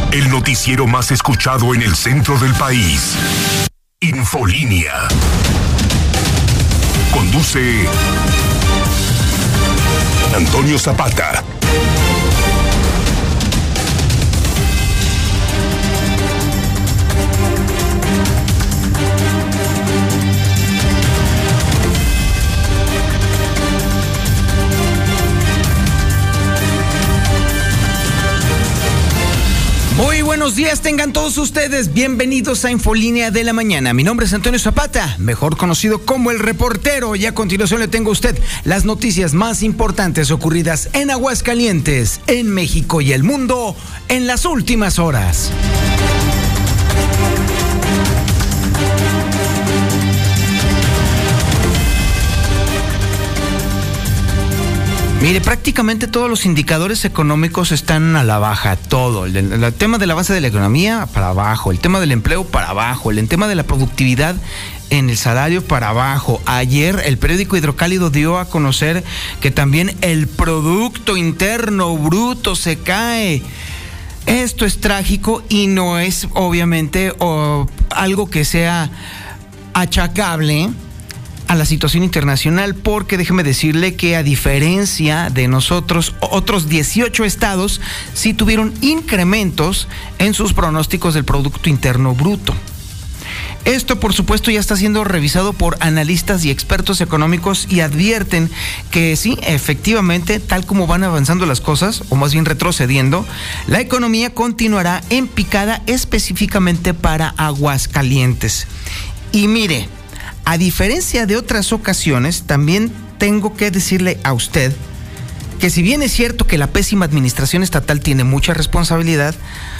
El noticiero más escuchado en el centro del país. Infolínea. Conduce Antonio Zapata. Muy buenos días tengan todos ustedes, bienvenidos a Infolínea de la Mañana. Mi nombre es Antonio Zapata, mejor conocido como El Reportero, y a continuación le tengo a usted las noticias más importantes ocurridas en Aguascalientes, en México y el mundo en las últimas horas. Mire, prácticamente todos los indicadores económicos están a la baja, todo. El tema del avance de la economía para abajo, el tema del empleo para abajo, el tema de la productividad en el salario para abajo. Ayer el periódico Hidrocálido dio a conocer que también el Producto Interno Bruto se cae. Esto es trágico y no es obviamente algo que sea achacable a la situación internacional, porque déjeme decirle que a diferencia de nosotros, otros 18 estados sí tuvieron incrementos en sus pronósticos del Producto Interno Bruto. Esto, por supuesto, ya está siendo revisado por analistas y expertos económicos y advierten que sí, efectivamente, tal como van avanzando las cosas, o más bien retrocediendo, la economía continuará en picada específicamente para Aguascalientes. Y mire, a diferencia de otras ocasiones, también tengo que decirle a usted que si bien es cierto que la pésima administración estatal tiene mucha responsabilidad,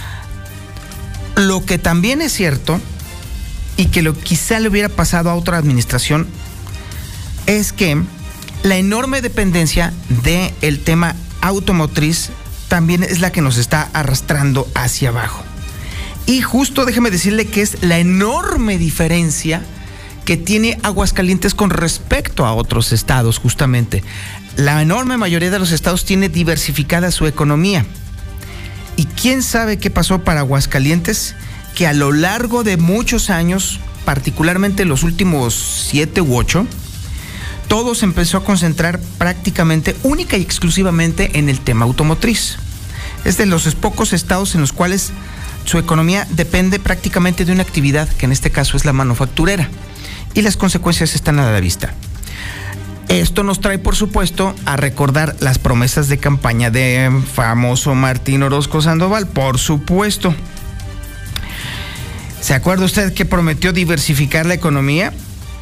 lo que también es cierto, y que quizá le hubiera pasado a otra administración, es que la enorme dependencia del tema automotriz también es la que nos está arrastrando hacia abajo. Y justo déjeme decirle que es la enorme diferencia que tiene Aguascalientes con respecto a otros estados, justamente. La enorme mayoría de los estados tiene diversificada su economía. ¿Y quién sabe qué pasó para Aguascalientes? Que a lo largo de muchos años, particularmente los últimos 7 u 8, todo se empezó a concentrar prácticamente, única y exclusivamente en el tema automotriz. Es de los pocos estados en los cuales su economía depende prácticamente de una actividad, que en este caso es la manufacturera. Y las consecuencias están a la vista. Esto nos trae, por supuesto, a recordar las promesas de campaña de famoso Martín Orozco Sandoval, por supuesto. ¿Se acuerda usted que prometió diversificar la economía?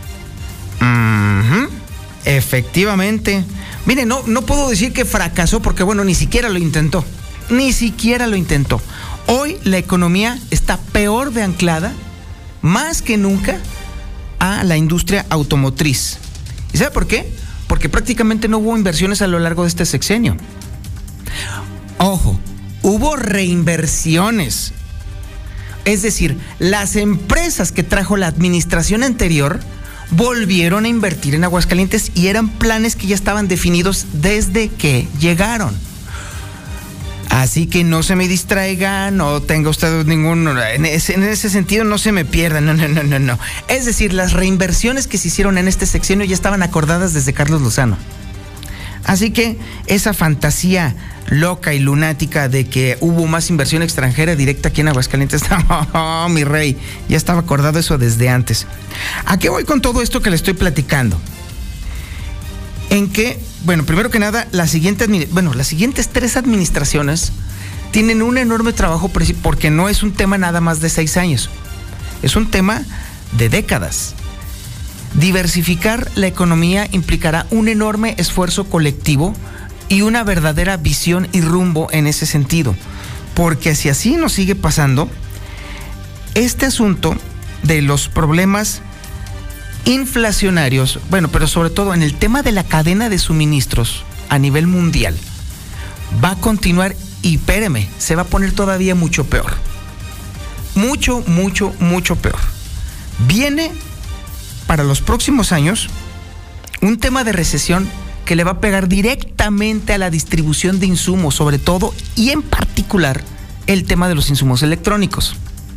Efectivamente. Mire, no puedo decir que fracasó porque, bueno, ni siquiera lo intentó. Ni siquiera lo intentó. Hoy la economía está peor de anclada, más que nunca, a la industria automotriz. ¿Y sabe por qué? Porque prácticamente no hubo inversiones a lo largo de este sexenio. Ojo, hubo reinversiones. Es decir, las empresas que trajo la administración anterior volvieron a invertir en Aguascalientes y eran planes que ya estaban definidos desde que llegaron. Así que no se me distraiga, no tenga usted ningún... En ese sentido no se me pierda, no. Es decir, las reinversiones que se hicieron en este sexenio ya estaban acordadas desde Carlos Lozano. Así que esa fantasía loca y lunática de que hubo más inversión extranjera directa aquí en Aguascalientes, oh, mi rey, ya estaba acordado eso desde antes. ¿A qué voy con todo esto que le estoy platicando? En que, bueno, primero que nada, las siguientes 3 administraciones tienen un enorme trabajo porque no es un tema nada más de 6 años, es un tema de décadas. Diversificar la economía implicará un enorme esfuerzo colectivo y una verdadera visión y rumbo en ese sentido, porque si así nos sigue pasando, este asunto de los problemas inflacionarios, bueno, pero sobre todo en el tema de la cadena de suministros a nivel mundial, va a continuar y espéreme, se va a poner todavía mucho peor. Mucho peor. Viene para los próximos años un tema de recesión que le va a pegar directamente a la distribución de insumos, sobre todo y en particular el tema de los insumos electrónicos.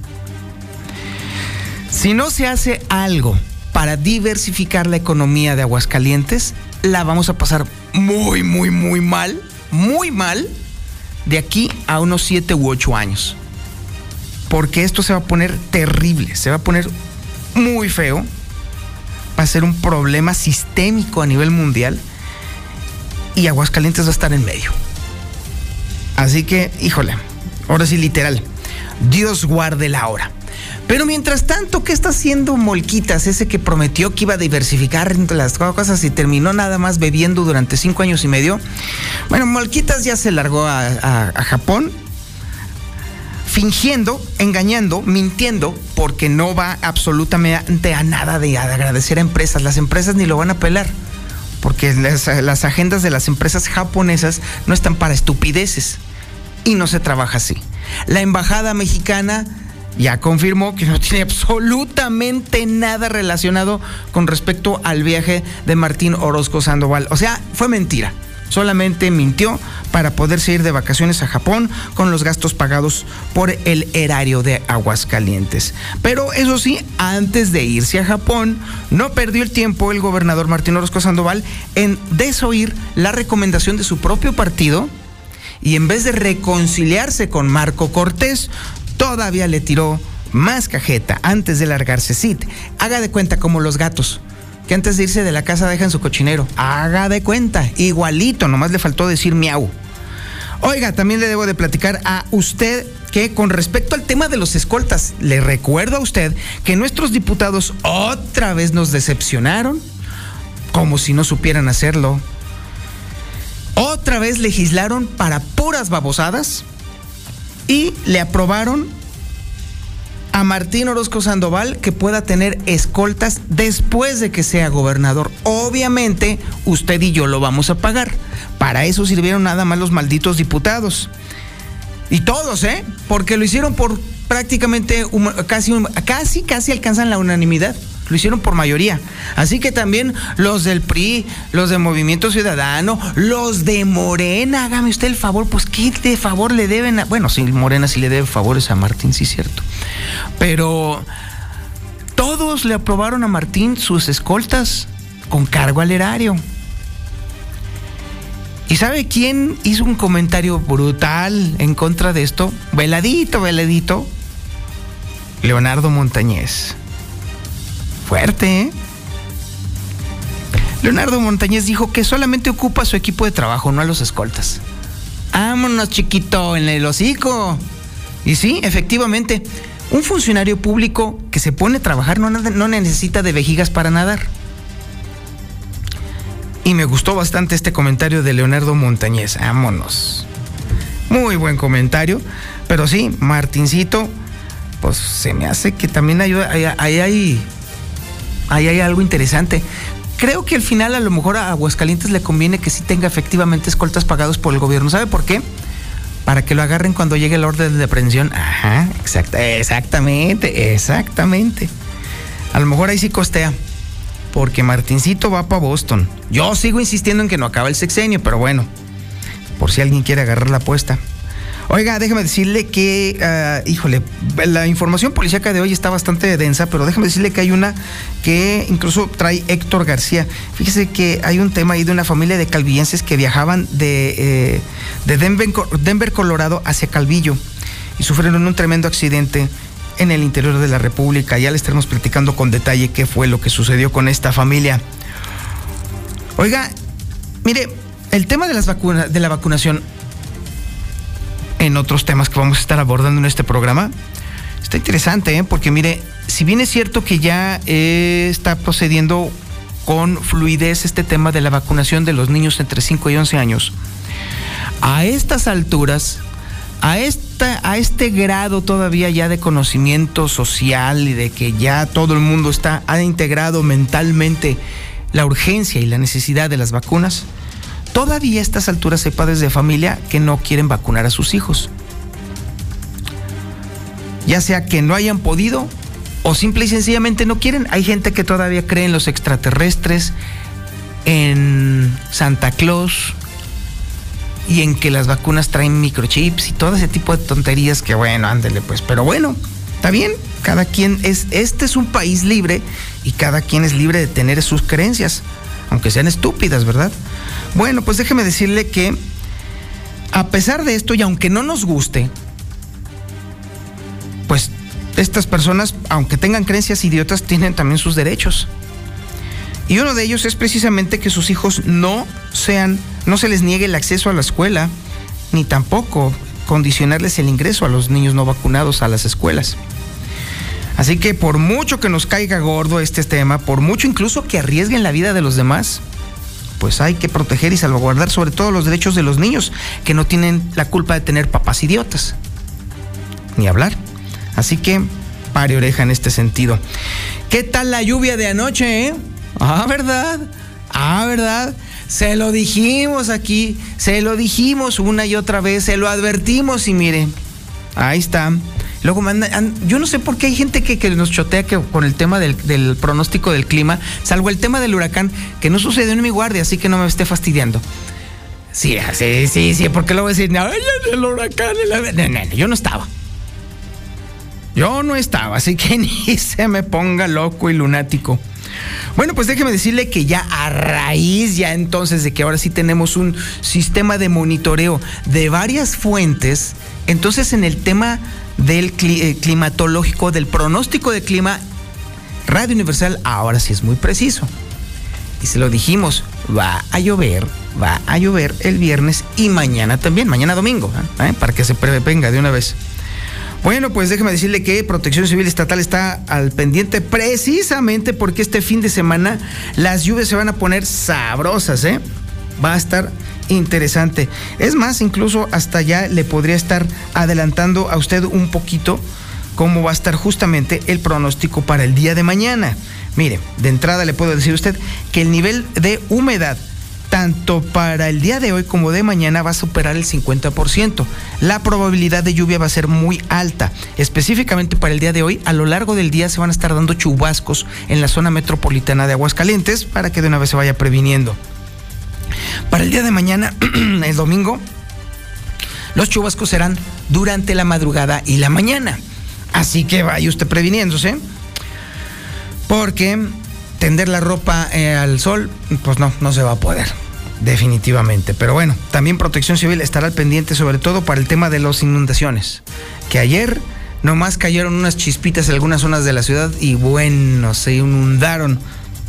Si no se hace algo para diversificar la economía de Aguascalientes, la vamos a pasar muy mal de aquí a unos 7 u 8 años. Porque esto se va a poner terrible, se va a poner muy feo, va a ser un problema sistémico a nivel mundial y Aguascalientes va a estar en medio. Así que, híjole, ahora sí literal, Dios guarde la hora. Pero mientras tanto, ¿qué está haciendo Molquitas? Ese que prometió que iba a diversificar entre las cosas y terminó nada más bebiendo durante 5 años y medio. Bueno, Molquitas ya se largó a Japón, fingiendo, engañando, mintiendo, porque no va absolutamente a nada de agradecer a empresas. Las empresas ni lo van a pelar, porque las agendas de las empresas japonesas no están para estupideces y no se trabaja así. La embajada mexicana ya confirmó que no tiene absolutamente nada relacionado con respecto al viaje de Martín Orozco Sandoval. O sea, fue mentira. Solamente mintió para poderse ir de vacaciones a Japón con los gastos pagados por el erario de Aguascalientes. Pero eso sí, antes de irse a Japón, no perdió el tiempo el gobernador Martín Orozco Sandoval en desoír la recomendación de su propio partido y en vez de reconciliarse con Marco Cortés, todavía le tiró más cajeta antes de largarse. Sí, haga de cuenta como los gatos, que antes de irse de la casa dejan su cochinero. Haga de cuenta, igualito, nomás le faltó decir miau. Oiga, también le debo de platicar a usted que con respecto al tema de los escoltas, le recuerdo a usted que nuestros diputados otra vez nos decepcionaron, como si no supieran hacerlo. Otra vez legislaron para puras babosadas y le aprobaron a Martín Orozco Sandoval que pueda tener escoltas después de que sea gobernador. Obviamente, usted y yo lo vamos a pagar. Para eso sirvieron nada más los malditos diputados. Y todos, porque lo hicieron por prácticamente casi alcanzan la unanimidad. Lo hicieron por mayoría. Así que también los del PRI, los de Movimiento Ciudadano, los de Morena, hágame usted el favor, pues ¿qué de favor le deben? Bueno, sí, Morena sí le debe favores a Martín, sí es cierto. Pero todos le aprobaron a Martín sus escoltas con cargo al erario. ¿Y sabe quién hizo un comentario brutal en contra de esto? Veladito. Leonardo Montañez. Fuerte, ¿eh? Leonardo Montañez dijo que solamente ocupa a su equipo de trabajo, no a los escoltas. Vámonos, chiquito, en el hocico. Y sí, efectivamente, un funcionario público que se pone a trabajar no necesita de vejigas para nadar. Y me gustó bastante este comentario de Leonardo Montañez. Vámonos. Muy buen comentario. Pero sí, Martincito, pues se me hace que también hay algo interesante. Creo que al final a lo mejor a Aguascalientes le conviene que sí tenga efectivamente escoltas pagados por el gobierno. ¿Sabe por qué? Para que lo agarren cuando llegue el orden de aprehensión. Ajá, exactamente. A lo mejor ahí sí costea, porque Martincito va para Boston. Yo sigo insistiendo en que no acaba el sexenio, pero bueno, por si alguien quiere agarrar la apuesta. Oiga, déjame decirle que, la información policíaca de hoy está bastante densa, pero déjame decirle que hay una que incluso trae Héctor García. Fíjese que hay un tema ahí de una familia de calvillenses que viajaban de Denver, Colorado, hacia Calvillo y sufrieron un tremendo accidente en el interior de la República. Ya le estaremos platicando con detalle qué fue lo que sucedió con esta familia. Oiga, mire, el tema de la vacunación, en otros temas que vamos a estar abordando en este programa, está interesante, porque mire, si bien es cierto que ya está procediendo con fluidez este tema de la vacunación de los niños entre 5 y 11 años, a estas alturas, a este grado todavía ya de conocimiento social y de que ya todo el mundo ha integrado mentalmente la urgencia y la necesidad de las vacunas, todavía a estas alturas hay padres de familia que no quieren vacunar a sus hijos. Ya sea que no hayan podido o simple y sencillamente no quieren. Hay gente que todavía cree en los extraterrestres, en Santa Claus y en que las vacunas traen microchips y todo ese tipo de tonterías que bueno, ándele pues, pero bueno, está bien, cada quien este es un país libre y cada quien es libre de tener sus creencias, aunque sean estúpidas, ¿verdad? Bueno, pues déjeme decirle que a pesar de esto y aunque no nos guste, pues estas personas, aunque tengan creencias idiotas, tienen también sus derechos. Y uno de ellos es precisamente que sus hijos no se les niegue el acceso a la escuela, ni tampoco condicionarles el ingreso a los niños no vacunados a las escuelas. Así que por mucho que nos caiga gordo este tema, por mucho incluso que arriesguen la vida de los demás, pues hay que proteger y salvaguardar sobre todo los derechos de los niños, que no tienen la culpa de tener papás idiotas. Ni hablar. Así que pare oreja en este sentido. ¿Qué tal la lluvia de anoche, eh? ¿Verdad? ¿Verdad? Se lo dijimos aquí, se lo dijimos una y otra vez, se lo advertimos y mire, ahí está. Luego yo no sé por qué hay gente que nos chotea con el tema del pronóstico del clima, salvo el tema del huracán, que no sucedió en mi guardia, así que no me esté fastidiando. Sí, porque luego decir, ay, el huracán, no, yo no estaba. Yo no estaba, así que ni se me ponga loco y lunático. Bueno, pues déjeme decirle que ya a raíz entonces de que ahora sí tenemos un sistema de monitoreo de varias fuentes, entonces en el tema del climatológico, del pronóstico de clima, Radio Universal ahora sí es muy preciso. Y se lo dijimos, va a llover el viernes y mañana también, mañana domingo, para que se prevenga de una vez. Bueno, pues déjeme decirle que Protección Civil Estatal está al pendiente precisamente porque este fin de semana las lluvias se van a poner sabrosas, ¿eh? Va a estar interesante. Es más, incluso hasta ya le podría estar adelantando a usted un poquito cómo va a estar justamente el pronóstico para el día de mañana. Mire, de entrada le puedo decir a usted que el nivel de humedad tanto para el día de hoy como de mañana va a superar el 50%. La probabilidad de lluvia va a ser muy alta. Específicamente para el día de hoy, a lo largo del día se van a estar dando chubascos en la zona metropolitana de Aguascalientes para que de una vez se vaya previniendo. Para el día de mañana, el domingo, los chubascos serán durante la madrugada y la mañana. Así que vaya usted previniéndose, porque tender la ropa al sol, pues no se va a poder, definitivamente. Pero bueno, también Protección Civil estará al pendiente, sobre todo para el tema de las inundaciones, que ayer nomás cayeron unas chispitas en algunas zonas de la ciudad y bueno, se inundaron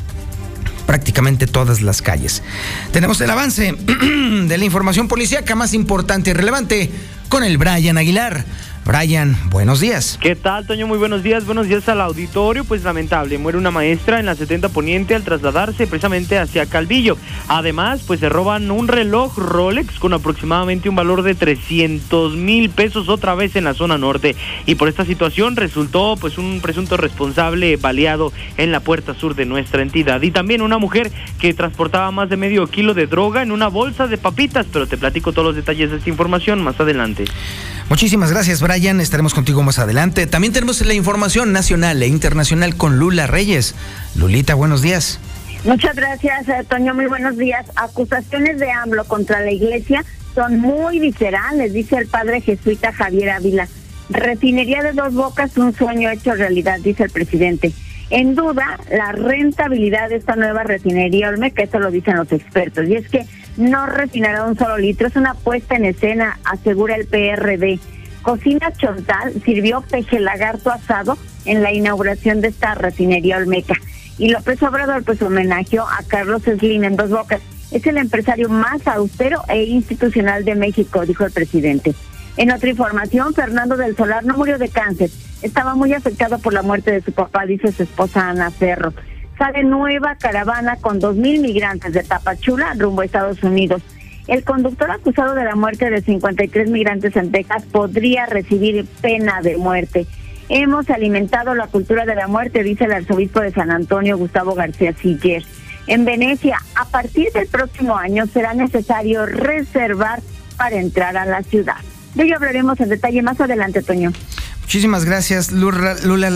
prácticamente todas las calles. Tenemos el avance de la información policíaca más importante y relevante con el Brian Aguilar. Brian, buenos días. ¿Qué tal, Toño? Muy buenos días al auditorio. Pues lamentable, muere una maestra en la 70 Poniente al trasladarse precisamente hacia Calvillo. Además, pues se roban un reloj Rolex con aproximadamente un valor de 300,000 pesos otra vez en la zona norte. Y por esta situación resultó pues un presunto responsable baleado en la puerta sur de nuestra entidad. Y también una mujer que transportaba más de medio kilo de droga en una bolsa de papitas, pero te platico todos los detalles de esta información más adelante. Muchísimas gracias, Brian. Estaremos contigo más adelante. También tenemos la información nacional e internacional con Lula Reyes. Lulita, buenos días. Muchas gracias, Toño. Muy buenos días. Acusaciones de AMLO contra la iglesia son muy viscerales, dice el padre jesuita Javier Ávila. Refinería de Dos Bocas, un sueño hecho realidad, dice el presidente. En duda la rentabilidad de esta nueva refinería Olmeca, eso lo dicen los expertos. Y es que no refinará un solo litro, es una puesta en escena, asegura el PRD. Cocina Chontal sirvió peje lagarto asado en la inauguración de esta refinería Olmeca. Y López Obrador pues homenajeó a Carlos Slim en Dos Bocas. Es el empresario más austero e institucional de México, dijo el presidente. En otra información, Fernando del Solar no murió de cáncer. Estaba muy afectado por la muerte de su papá, dice su esposa Ana Ferro. Sale nueva caravana con 2,000 migrantes de Tapachula rumbo a Estados Unidos. El conductor acusado de la muerte de 53 migrantes en Texas podría recibir pena de muerte. Hemos alimentado la cultura de la muerte, dice el arzobispo de San Antonio, Gustavo García Siller. En Venecia, a partir del próximo año será necesario reservar para entrar a la ciudad. De ello hablaremos en detalle más adelante, Toño. Muchísimas gracias, Lula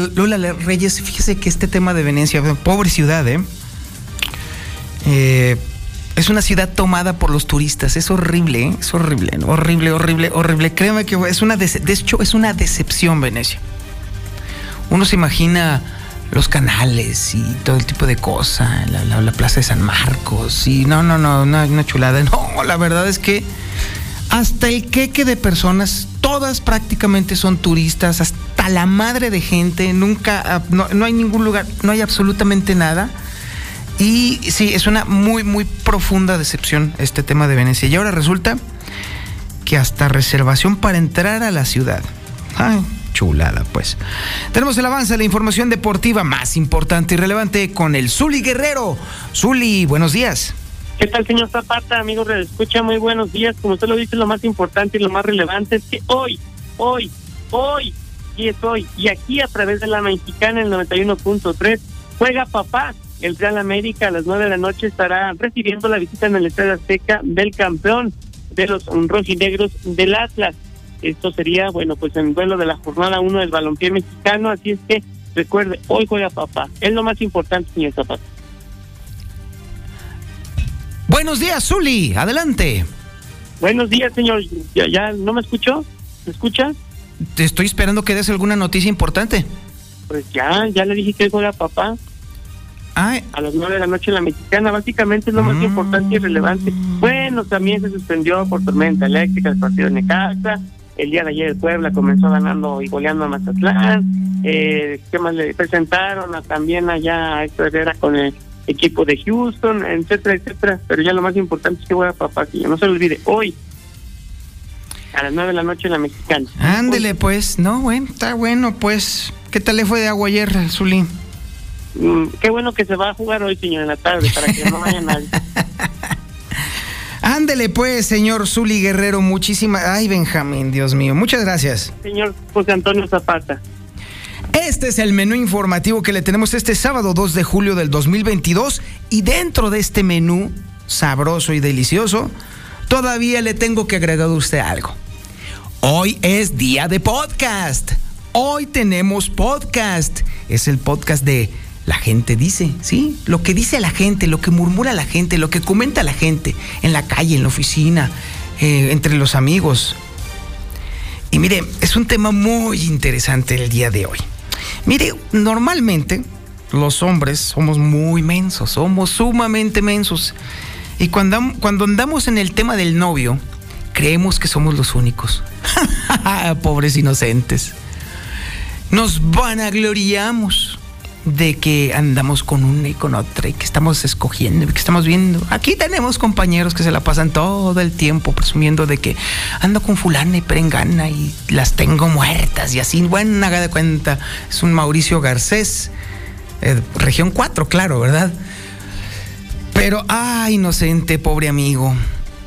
Reyes. Fíjese que este tema de Venecia, pobre ciudad, Es una ciudad tomada por los turistas. Es horrible, ¿eh? Es horrible, ¿no? Horrible. Créeme que es de hecho, es una decepción Venecia. Uno se imagina los canales y todo el tipo de cosas, la plaza de San Marcos, y no, una chulada. No, la verdad es que hasta el queque de personas, todas prácticamente son turistas, hasta la madre de gente, nunca, no hay ningún lugar, no hay absolutamente nada. Y sí, es una muy profunda decepción este tema de Venecia. Y ahora resulta que hasta reservación para entrar a la ciudad. Ay, chulada, pues. Tenemos el avance de la información deportiva más importante y relevante con el Zuli Guerrero. Zuli, buenos días. ¿Qué tal, señor Zapata? Amigos de Escucha, muy buenos días. Como usted lo dice, lo más importante y lo más relevante es que hoy, y aquí a través de la Mexicana, el 91.3, juega papá. El Real América a las 9 de la noche estará recibiendo la visita en el Estadio Azteca del campeón de los rojinegros del Atlas. Esto sería, bueno, pues en duelo de la jornada 1 del balompié mexicano, así es que recuerde, hoy juega papá. Es lo más importante, señor Zapata. Buenos días, Zuli, adelante. Buenos días, señor. ¿Ya no me escuchó? ¿Me escucha? Te estoy esperando que des alguna noticia importante. Pues ya le dije que hoy juega papá. Ay. A las 9 de la noche en la Mexicana, básicamente es lo más importante y relevante. Bueno, también se suspendió por tormenta eléctrica el partido de Necaxa. El día de ayer el Puebla comenzó ganando y goleando a Mazatlán. ¿Qué más le presentaron? También allá a Héctor Herrera con el equipo de Houston, etcétera. Pero ya lo más importante es que voy a papá, que no se lo olvide, hoy a las 9 de la noche en la Mexicana. Ándele, pues. No, bueno, está bueno, pues. ¿Qué tal le fue de agua ayer, Zuli? Qué bueno que se va a jugar hoy, señor, en la tarde, para que no vaya nadie. Ándele pues, señor Zuli Guerrero, Ay, Benjamín, Dios mío, muchas gracias. Señor José Antonio Zapata. Este es el menú informativo que le tenemos este sábado 2 de julio del 2022, y dentro de este menú sabroso y delicioso, todavía le tengo que agregar a usted algo. Hoy es día de podcast. Hoy tenemos podcast. Es el podcast de La Gente Dice, ¿sí? Lo que dice la gente, lo que murmura la gente, lo que comenta la gente en la calle, en la oficina, entre los amigos. Y mire, es un tema muy interesante el día de hoy. Mire, normalmente los hombres somos muy mensos, somos sumamente mensos. Y cuando andamos en el tema del novio, creemos que somos los únicos. Pobres inocentes. Nos vanagloriamos de que andamos con una y con otra y que estamos escogiendo, que estamos viendo. Aquí tenemos compañeros que se la pasan todo el tiempo presumiendo de que ando con fulana y perengana y las tengo muertas y así. Bueno, haga de cuenta, es un Mauricio Garcés, región 4, claro, ¿verdad? Pero, inocente, pobre amigo.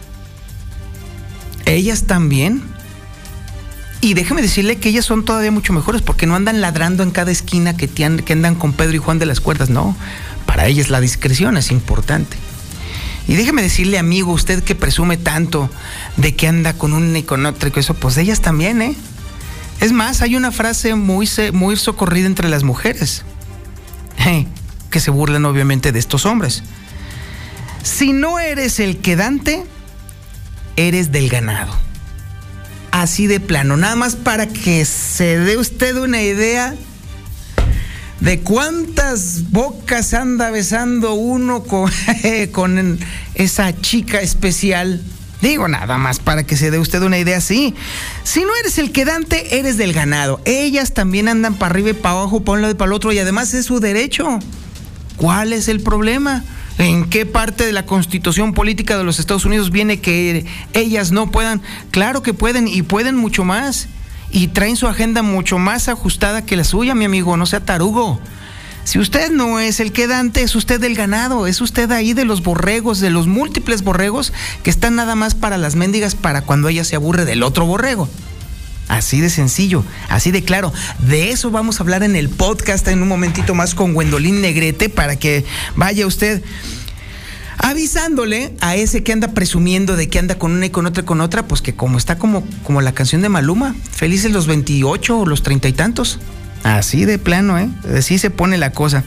Ellas también. Y déjeme decirle que ellas son todavía mucho mejores porque no andan ladrando en cada esquina que andan con Pedro y Juan de las Cuerdas, no. Para ellas la discreción es importante. Y déjeme decirle, amigo, usted que presume tanto de que anda con una y con otra y con eso, pues ellas también, ¿eh? Es más, hay una frase muy socorrida entre las mujeres, que se burlan obviamente de estos hombres. Si no eres el quedante, eres del ganado. Así de plano, nada más para que se dé usted una idea de cuántas bocas anda besando uno con esa chica especial. Digo, nada más para que se dé usted una idea así. Si no eres el quedante, eres del ganado. Ellas también andan para arriba y para abajo, para un lado y para el otro, y además es su derecho. ¿Cuál es el problema? ¿En qué parte de la Constitución Política de los Estados Unidos viene que ellas no puedan? Claro que pueden, y pueden mucho más. Y traen su agenda mucho más ajustada que la suya, mi amigo, no sea tarugo. Si usted no es el quedante, es usted del ganado, es usted ahí de los borregos, de los múltiples borregos que están nada más para las mendigas, para cuando ella se aburre del otro borrego. Así de sencillo, así de claro. De eso vamos a hablar en el podcast en un momentito más con Gwendolyn Negrete, para que vaya usted avisándole a ese que anda presumiendo de que anda con una y con otra, pues que como está como la canción de Maluma, felices los 28 o los 30 y tantos. Así de plano, así se pone la cosa.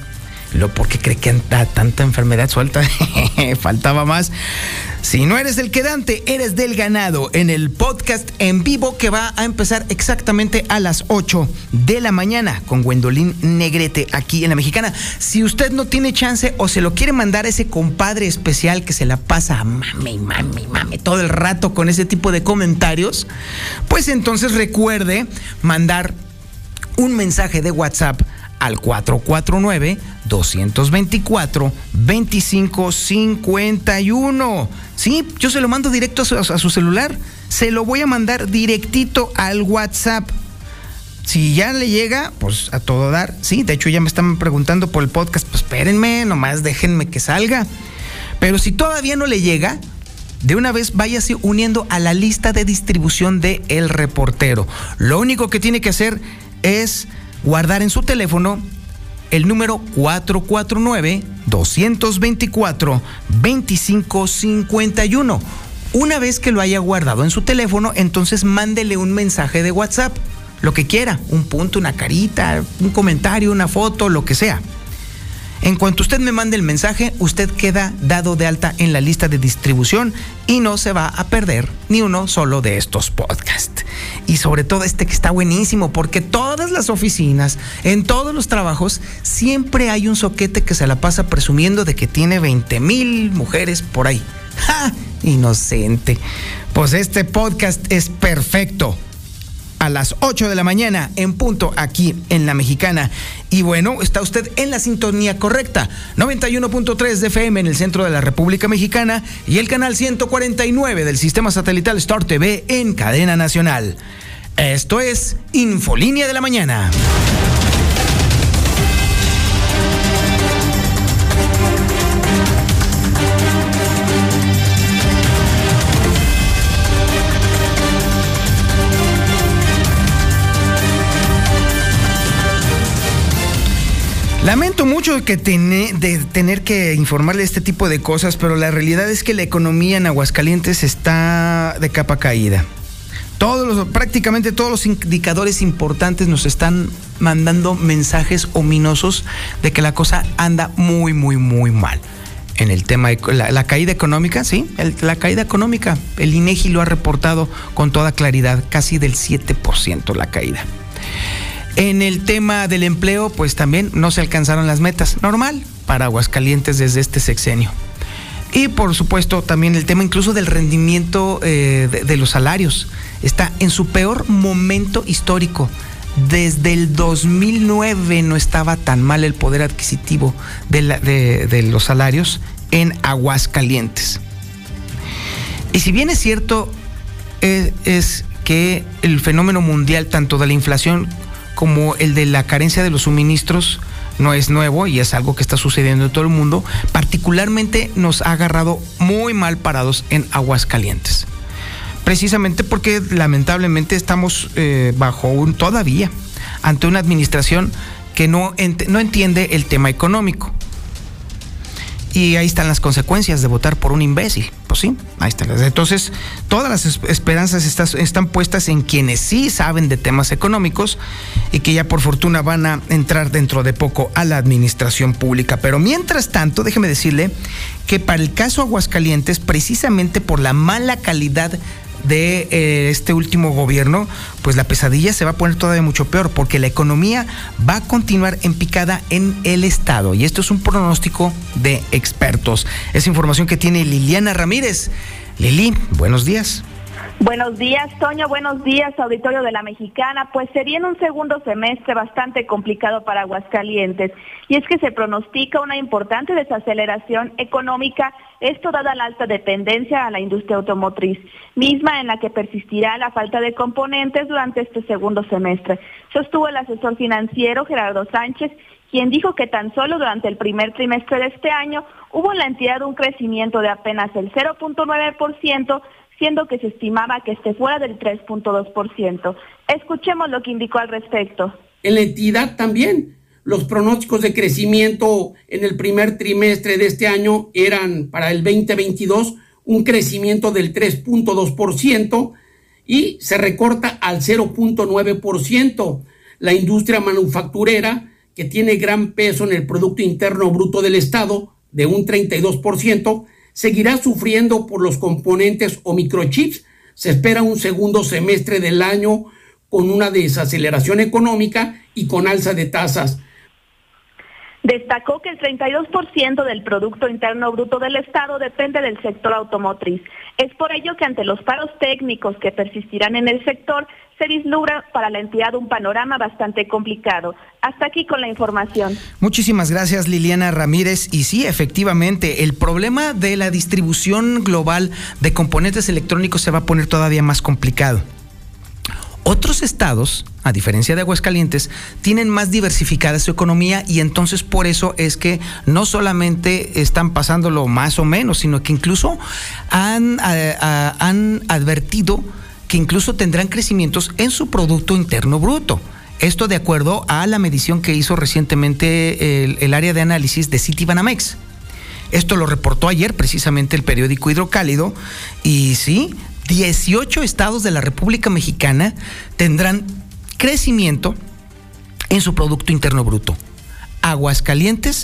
¿Por qué cree que anda tanta enfermedad suelta? Faltaba más. Si no eres del quedante, eres del ganado. En el podcast en vivo que va a empezar exactamente a las 8 de la mañana con Gwendolyn Negrete aquí en La Mexicana. Si usted no tiene chance o se lo quiere mandar a ese compadre especial que se la pasa mame todo el rato con ese tipo de comentarios, pues entonces recuerde mandar un mensaje de WhatsApp al 449-224-2551. Sí, yo se lo mando directo a su celular. Se lo voy a mandar directito al WhatsApp. Si ya le llega, pues a todo dar. Sí, de hecho ya me están preguntando por el podcast. Pues espérenme, nomás déjenme que salga. Pero si todavía no le llega, de una vez váyase uniendo a la lista de distribución de El Reportero. Lo único que tiene que hacer es guardar en su teléfono el número 449-224-2551. Una vez que lo haya guardado en su teléfono, entonces mándele un mensaje de WhatsApp, lo que quiera, un punto, una carita, un comentario, una foto, lo que sea. En cuanto usted me mande el mensaje, usted queda dado de alta en la lista de distribución y no se va a perder ni uno solo de estos podcasts. Y sobre todo que está buenísimo, porque todas las oficinas, en todos los trabajos, siempre hay un zoquete que se la pasa presumiendo de que tiene 20,000 mujeres por ahí. ¡Ja! Inocente. Pues este podcast es perfecto. A las 8 de la mañana en punto aquí en La Mexicana. Y bueno, está usted en la sintonía correcta. 91.3 de FM en el centro de la República Mexicana y el canal 149 del sistema satelital Star TV en cadena nacional. Esto es Infolínea de la Mañana. Lamento mucho de tener que informarle este tipo de cosas, pero la realidad es que la economía en Aguascalientes está de capa caída. Prácticamente todos los indicadores importantes nos están mandando mensajes ominosos de que la cosa anda muy, muy, muy mal. En el tema de la caída económica, sí, la caída económica, el INEGI lo ha reportado con toda claridad, casi del 7% la caída. En el tema del empleo, pues también no se alcanzaron las metas. Normal para Aguascalientes desde este sexenio. Y por supuesto también el tema incluso del rendimiento de los salarios. Está en su peor momento histórico. Desde el 2009 no estaba tan mal el poder adquisitivo de los salarios en Aguascalientes. Y si bien es cierto, es que el fenómeno mundial, tanto de la inflación como el de la carencia de los suministros, no es nuevo y es algo que está sucediendo en todo el mundo, particularmente nos ha agarrado muy mal parados en Aguascalientes. Precisamente porque lamentablemente estamos todavía ante una administración que no entiende el tema económico. Y ahí están las consecuencias de votar por un imbécil. Pues sí, ahí están. Entonces, todas las esperanzas están puestas en quienes sí saben de temas económicos y que ya por fortuna van a entrar dentro de poco a la administración pública. Pero mientras tanto, déjeme decirle que para el caso Aguascalientes, precisamente por la mala calidad de este último gobierno, pues la pesadilla se va a poner todavía mucho peor, porque la economía va a continuar en picada en el estado, y esto es un pronóstico de expertos. Es información que tiene Liliana Ramírez. Lili, buenos días. Buenos días, Toño. Buenos días, auditorio de La Mexicana. Pues se viene un segundo semestre bastante complicado para Aguascalientes, y es que se pronostica una importante desaceleración económica, esto dada la alta dependencia a la industria automotriz, misma en la que persistirá la falta de componentes durante este segundo semestre. Sostuvo el asesor financiero Gerardo Sánchez, quien dijo que tan solo durante el primer trimestre de este año hubo en la entidad un crecimiento de apenas el 0.9%, siendo que se estimaba que esté fuera del 3.2%. Escuchemos lo que indicó al respecto. En la entidad también, los pronósticos de crecimiento en el primer trimestre de este año eran para el 2022 un crecimiento del 3.2% y se recorta al 0.9%. La industria manufacturera, que tiene gran peso en el Producto Interno Bruto del Estado, de un 32%, seguirá sufriendo por los componentes o microchips. Se espera un segundo semestre del año con una desaceleración económica y con alza de tasas. Destacó que el 32% del Producto Interno Bruto del Estado depende del sector automotriz. Es por ello que ante los paros técnicos que persistirán en el sector, se vislumbra para la entidad un panorama bastante complicado. Hasta aquí con la información. Muchísimas gracias, Liliana Ramírez. Y sí, efectivamente, el problema de la distribución global de componentes electrónicos se va a poner todavía más complicado. Otros estados, a diferencia de Aguascalientes, tienen más diversificada su economía y entonces por eso es que no solamente están pasándolo más o menos, sino que incluso han advertido que incluso tendrán crecimientos en su Producto Interno Bruto. Esto de acuerdo a la medición que hizo recientemente el área de análisis de Citibanamex. Esto lo reportó ayer precisamente el periódico Hidrocálido y sí, 18 estados de la República Mexicana tendrán crecimiento en su Producto Interno Bruto. Aguascalientes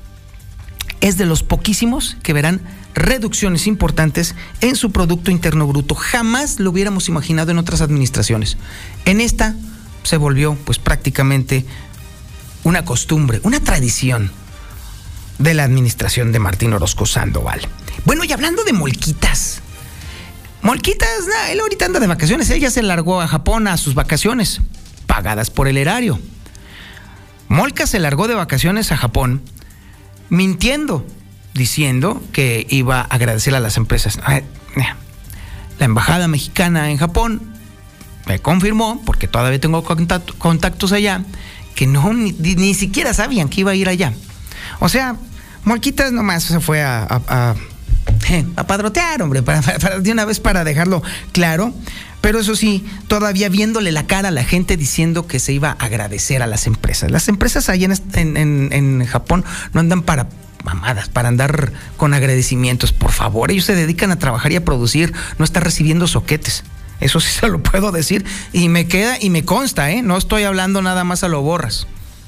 es de los poquísimos que verán reducciones importantes en su Producto Interno Bruto. Jamás lo hubiéramos imaginado en otras administraciones. En esta se volvió pues prácticamente una costumbre, una tradición de la administración de Martín Orozco Sandoval. Bueno, y hablando de Molquitas, él ahorita anda de vacaciones, él ya se largó a Japón a sus vacaciones, pagadas por el erario. Molca se largó de vacaciones a Japón, mintiendo, diciendo que iba a agradecer a las empresas. La embajada mexicana en Japón me confirmó, porque todavía tengo contactos allá, que ni siquiera sabían que iba a ir allá. O sea, Molquitas nomás se fue a padrotear, hombre, para de una vez para dejarlo claro, pero eso sí, todavía viéndole la cara a la gente diciendo que se iba a agradecer a las empresas. Las empresas allá en Japón no andan para mamadas, para andar con agradecimientos, por favor, ellos se dedican a trabajar y a producir, no están recibiendo soquetes. Eso sí se lo puedo decir y me queda y me consta, no estoy hablando nada más a lo borras.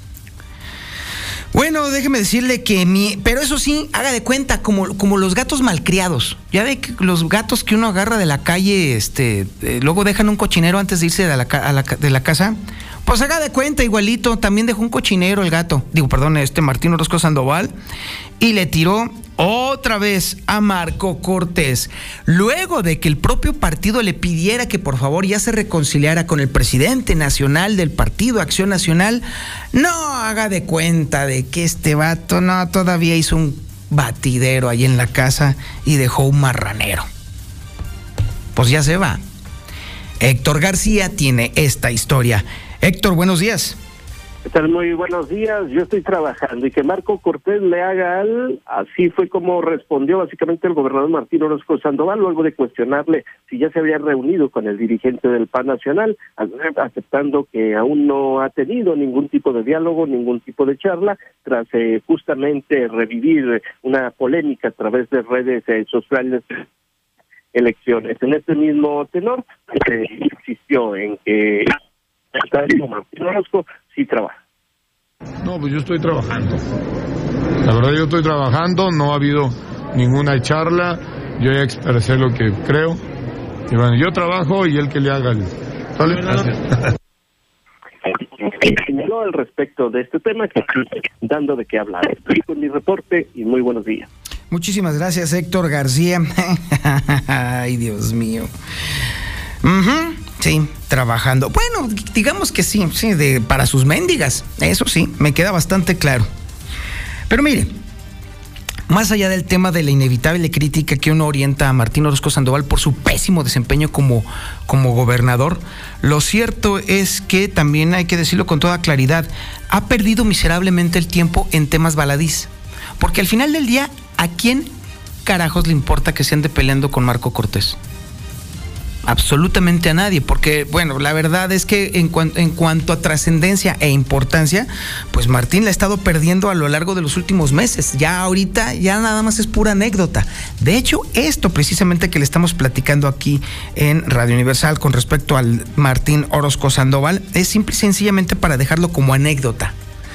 Bueno, déjeme decirle que pero eso sí, haga de cuenta, como los gatos malcriados. Ya ve que los gatos que uno agarra de la calle, luego dejan un cochinero antes de irse de la casa. Pues haga de cuenta, igualito, también dejó un cochinero el gato. Martín Orozco Sandoval, y le tiró otra vez a Marco Cortés. Luego de que el propio partido le pidiera que por favor ya se reconciliara con el presidente nacional del partido Acción Nacional, no haga de cuenta de que este vato todavía hizo un batidero ahí en la casa y dejó un marranero. Pues ya se va. Héctor García tiene esta historia. Héctor, buenos días. ¿Qué tal? Muy buenos días. Yo estoy trabajando y que Marco Cortés le haga así fue como respondió básicamente el gobernador Martín Orozco Sandoval luego de cuestionarle si ya se había reunido con el dirigente del PAN Nacional, aceptando que aún no ha tenido ningún tipo de diálogo, ningún tipo de charla, tras justamente revivir una polémica a través de redes sociales elecciones. En este mismo tenor, insistió en que Martín Orozco sí trabaja. No, pues yo estoy trabajando. La verdad, yo estoy trabajando, no ha habido ninguna charla, yo ya expresé lo que creo. Y bueno, yo trabajo y él que le haga el... ¿Sale? Gracias. Señaló al respecto de este tema que sigue dando de qué hablar. Estoy con mi reporte y muy buenos días. Muchísimas gracias, Héctor García. Ay, Dios mío. Sí, trabajando. Bueno, digamos que sí, para sus mendigas. Eso sí, me queda bastante claro. Pero mire, más allá del tema de la inevitable crítica que uno orienta a Martín Orozco Sandoval por su pésimo desempeño como gobernador, lo cierto es que también hay que decirlo con toda claridad, ha perdido miserablemente el tiempo en temas baladís. Porque al final del día, ¿a quién carajos le importa que se ande peleando con Marco Cortés? Absolutamente a nadie, porque bueno, la verdad es que en cuanto a trascendencia e importancia, pues Martín la ha estado perdiendo a lo largo de los últimos meses. Ya ahorita ya nada más es pura anécdota. De hecho, esto precisamente que le estamos platicando aquí en Radio Universal con respecto al Martín Orozco Sandoval es simple y sencillamente para dejarlo como anécdota.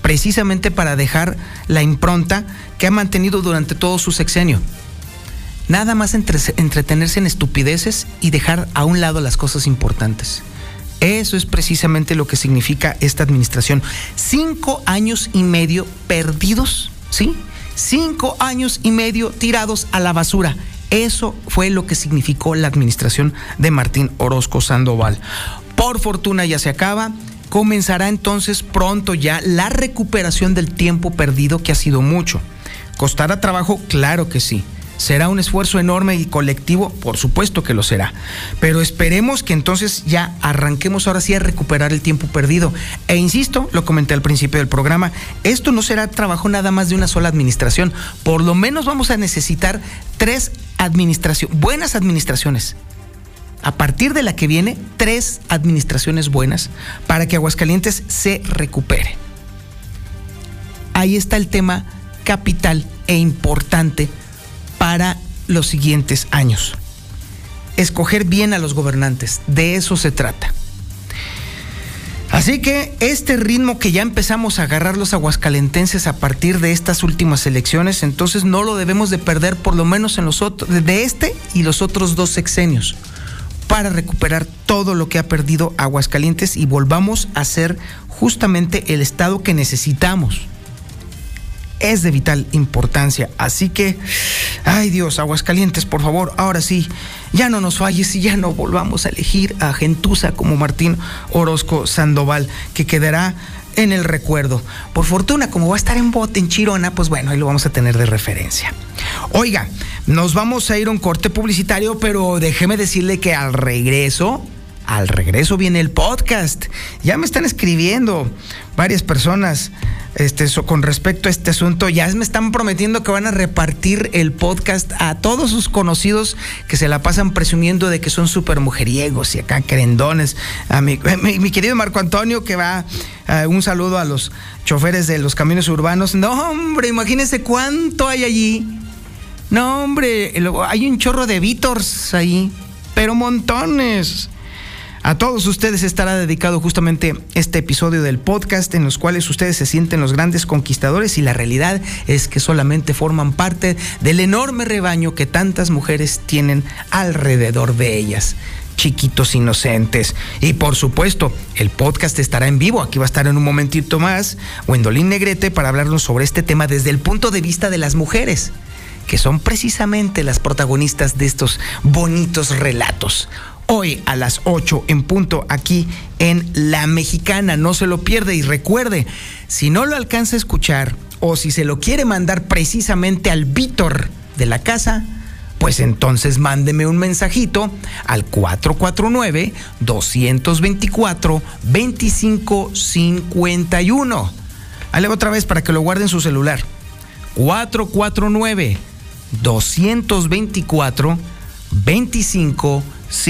precisamente para dejar la impronta que ha mantenido durante todo su sexenio. Nada más entretenerse en estupideces y dejar a un lado las cosas importantes. Eso es precisamente lo que significa esta administración. 5 años y medio perdidos, ¿sí? 5 años y medio tirados a la basura. Eso fue lo que significó la administración de Martín Orozco Sandoval. Por fortuna ya se acaba. Comenzará entonces pronto ya la recuperación del tiempo perdido, que ha sido mucho. ¿Costará trabajo? Claro que sí. ¿Será un esfuerzo enorme y colectivo? Por supuesto que lo será. Pero esperemos que entonces ya arranquemos ahora sí a recuperar el tiempo perdido. E insisto, lo comenté al principio del programa, esto no será trabajo nada más de una sola administración. Por lo menos vamos a necesitar 3 buenas administraciones. A partir de la que viene, 3 administraciones buenas para que Aguascalientes se recupere. Ahí está el tema capital e importante para los siguientes años. Escoger bien a los gobernantes, de eso se trata. Así que este ritmo que ya empezamos a agarrar los aguascalentenses a partir de estas últimas elecciones, entonces no lo debemos de perder, por lo menos en los otros, de este y los otros 2 sexenios, para recuperar todo lo que ha perdido Aguascalientes y volvamos a ser justamente el estado que necesitamos. Es de vital importancia, así que, ay Dios, Aguascalientes, por favor, ahora sí, ya no nos falles y ya no volvamos a elegir a gentuza como Martín Orozco Sandoval, que quedará en el recuerdo. Por fortuna, como va a estar en Chirona, pues bueno, ahí lo vamos a tener de referencia. Oiga, nos vamos a ir a un corte publicitario, pero déjeme decirle que al regreso viene el podcast. Ya me están escribiendo varias personas con respecto a este asunto. Ya me están prometiendo que van a repartir el podcast a todos sus conocidos que se la pasan presumiendo de que son súper mujeriegos y acá querendones. A mi querido Marco Antonio, que va, un saludo a los choferes de los camiones urbanos. No, hombre, imagínense cuánto hay allí. No, hombre, hay un chorro de Vítors ahí, pero montones. A todos ustedes estará dedicado justamente este episodio del podcast, en los cuales ustedes se sienten los grandes conquistadores y la realidad es que solamente forman parte del enorme rebaño que tantas mujeres tienen alrededor de ellas. Chiquitos inocentes. Y por supuesto, el podcast estará en vivo. Aquí va a estar en un momentito más Gwendolyn Negrete para hablarnos sobre este tema desde el punto de vista de las mujeres, que son precisamente las protagonistas de estos bonitos relatos. Hoy a las 8 en punto aquí en La Mexicana, no se lo pierde. Y recuerde, si no lo alcanza a escuchar o si se lo quiere mandar precisamente al Víctor de la casa, pues entonces mándeme un mensajito al 449-224-2551. Ahí le voy otra vez para que lo guarde en su celular. 449-224-2551.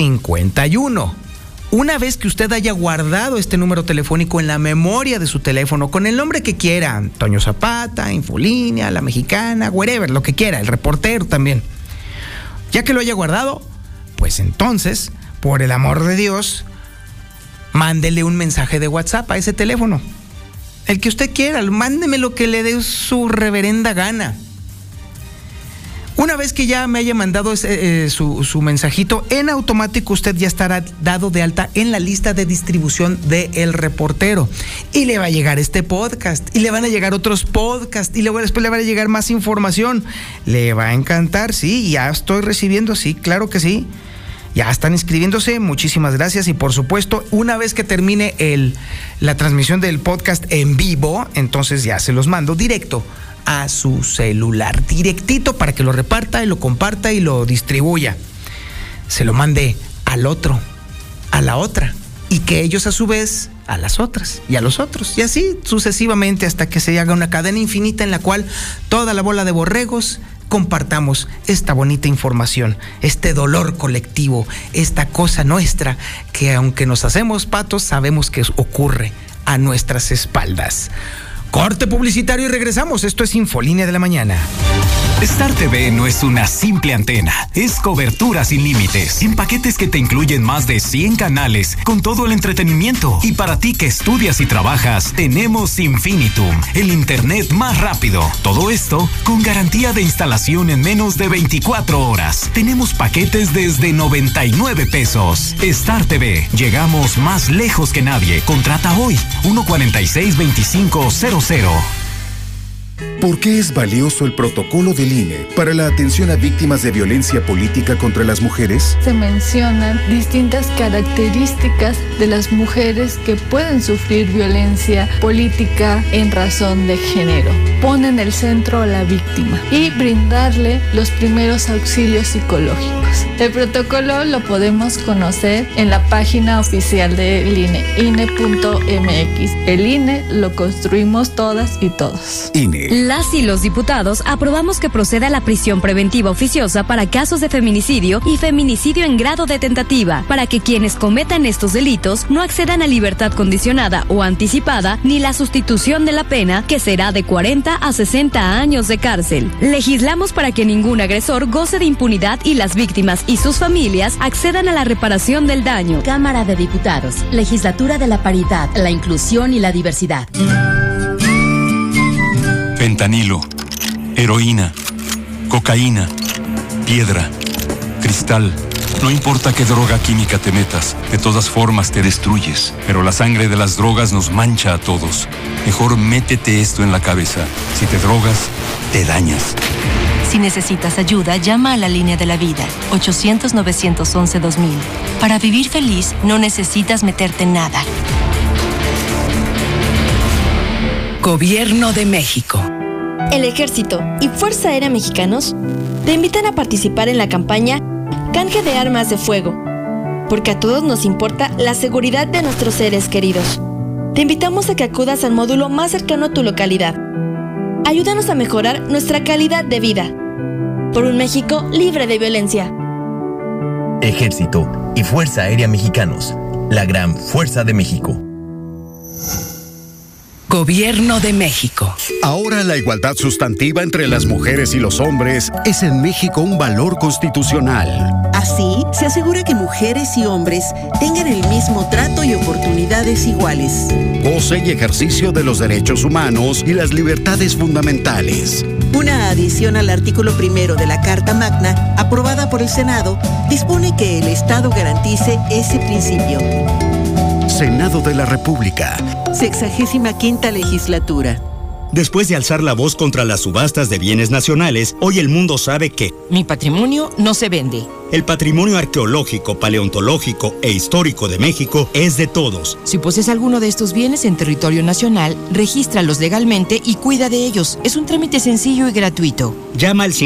Una vez que usted haya guardado este número telefónico en la memoria de su teléfono con el nombre que quiera, Toño Zapata, Infolínea, La Mexicana, wherever, lo que quiera, el reportero también. Ya que lo haya guardado, pues entonces, por el amor de Dios, mándele un mensaje de WhatsApp a ese teléfono. El que usted quiera, mándeme lo que le dé su reverenda gana. Una vez que ya me haya mandado su mensajito, en automático usted ya estará dado de alta en la lista de distribución de El Reportero. Y le va a llegar este podcast, y le van a llegar otros podcasts, y luego después le va a llegar más información. Le va a encantar, sí, ya estoy recibiendo, sí, claro que sí. Ya están inscribiéndose, muchísimas gracias. Y por supuesto, una vez que termine la transmisión del podcast en vivo, entonces ya se los mando directo a su celular, directito, para que lo reparta y lo comparta y lo distribuya. Se lo mande al otro, a la otra, y que ellos a su vez a las otras y a los otros, y así sucesivamente hasta que se haga una cadena infinita en la cual toda la bola de borregos compartamos esta bonita información, este dolor colectivo, esta cosa nuestra que aunque nos hacemos patos, sabemos que ocurre a nuestras espaldas. Corte publicitario y regresamos. Esto es Infolínea de la Mañana. Star TV no es una simple antena, es cobertura sin límites, en paquetes que te incluyen más de 100 canales, con todo el entretenimiento. Y para ti que estudias y trabajas, tenemos Infinitum, el internet más rápido. Todo esto con garantía de instalación en menos de 24 horas. Tenemos paquetes desde 99 pesos. Star TV, llegamos más lejos que nadie. Contrata hoy, 146-2500. ¿Por qué es valioso el protocolo del INE para la atención a víctimas de violencia política contra las mujeres? Se mencionan distintas características de las mujeres que pueden sufrir violencia política en razón de género. Pone en el centro a la víctima y brindarle los primeros auxilios psicológicos. El protocolo lo podemos conocer en la página oficial del INE, INE.mx. El INE lo construimos todas y todos. INE. Las y los diputados aprobamos que proceda la prisión preventiva oficiosa para casos de feminicidio y feminicidio en grado de tentativa, para que quienes cometan estos delitos no accedan a libertad condicionada o anticipada ni la sustitución de la pena, que será de 40 a 60 años de cárcel. Legislamos para que ningún agresor goce de impunidad y las víctimas y sus familias accedan a la reparación del daño. Cámara de Diputados, Legislatura de la Paridad, la Inclusión y la Diversidad. Fentanilo, heroína, cocaína, piedra, cristal. No importa qué droga química te metas, de todas formas te destruyes. Pero la sangre de las drogas nos mancha a todos. Mejor métete esto en la cabeza. Si te drogas, te dañas. Si necesitas ayuda, llama a la Línea de la Vida, 800-911-2000. Para vivir feliz, no necesitas meterte en nada. Gobierno de México. El Ejército y Fuerza Aérea Mexicanos te invitan a participar en la campaña Canje de Armas de Fuego, porque a todos nos importa la seguridad de nuestros seres queridos. Te invitamos a que acudas al módulo más cercano a tu localidad. Ayúdanos a mejorar nuestra calidad de vida. Por un México libre de violencia. Ejército y Fuerza Aérea Mexicanos, la gran fuerza de México. Gobierno de México. Ahora la igualdad sustantiva entre las mujeres y los hombres es en México un valor constitucional. Así, se asegura que mujeres y hombres tengan el mismo trato y oportunidades iguales. Goce y ejercicio de los derechos humanos y las libertades fundamentales. Una adición al artículo 1 de la Carta Magna, aprobada por el Senado, dispone que el Estado garantice ese principio. Senado de la República. 65ª Legislatura. Después de alzar la voz contra las subastas de bienes nacionales, hoy el mundo sabe que mi patrimonio no se vende. El patrimonio arqueológico, paleontológico e histórico de México es de todos. Si posees alguno de estos bienes en territorio nacional, regístralos legalmente y cuida de ellos. Es un trámite sencillo y gratuito. Llama al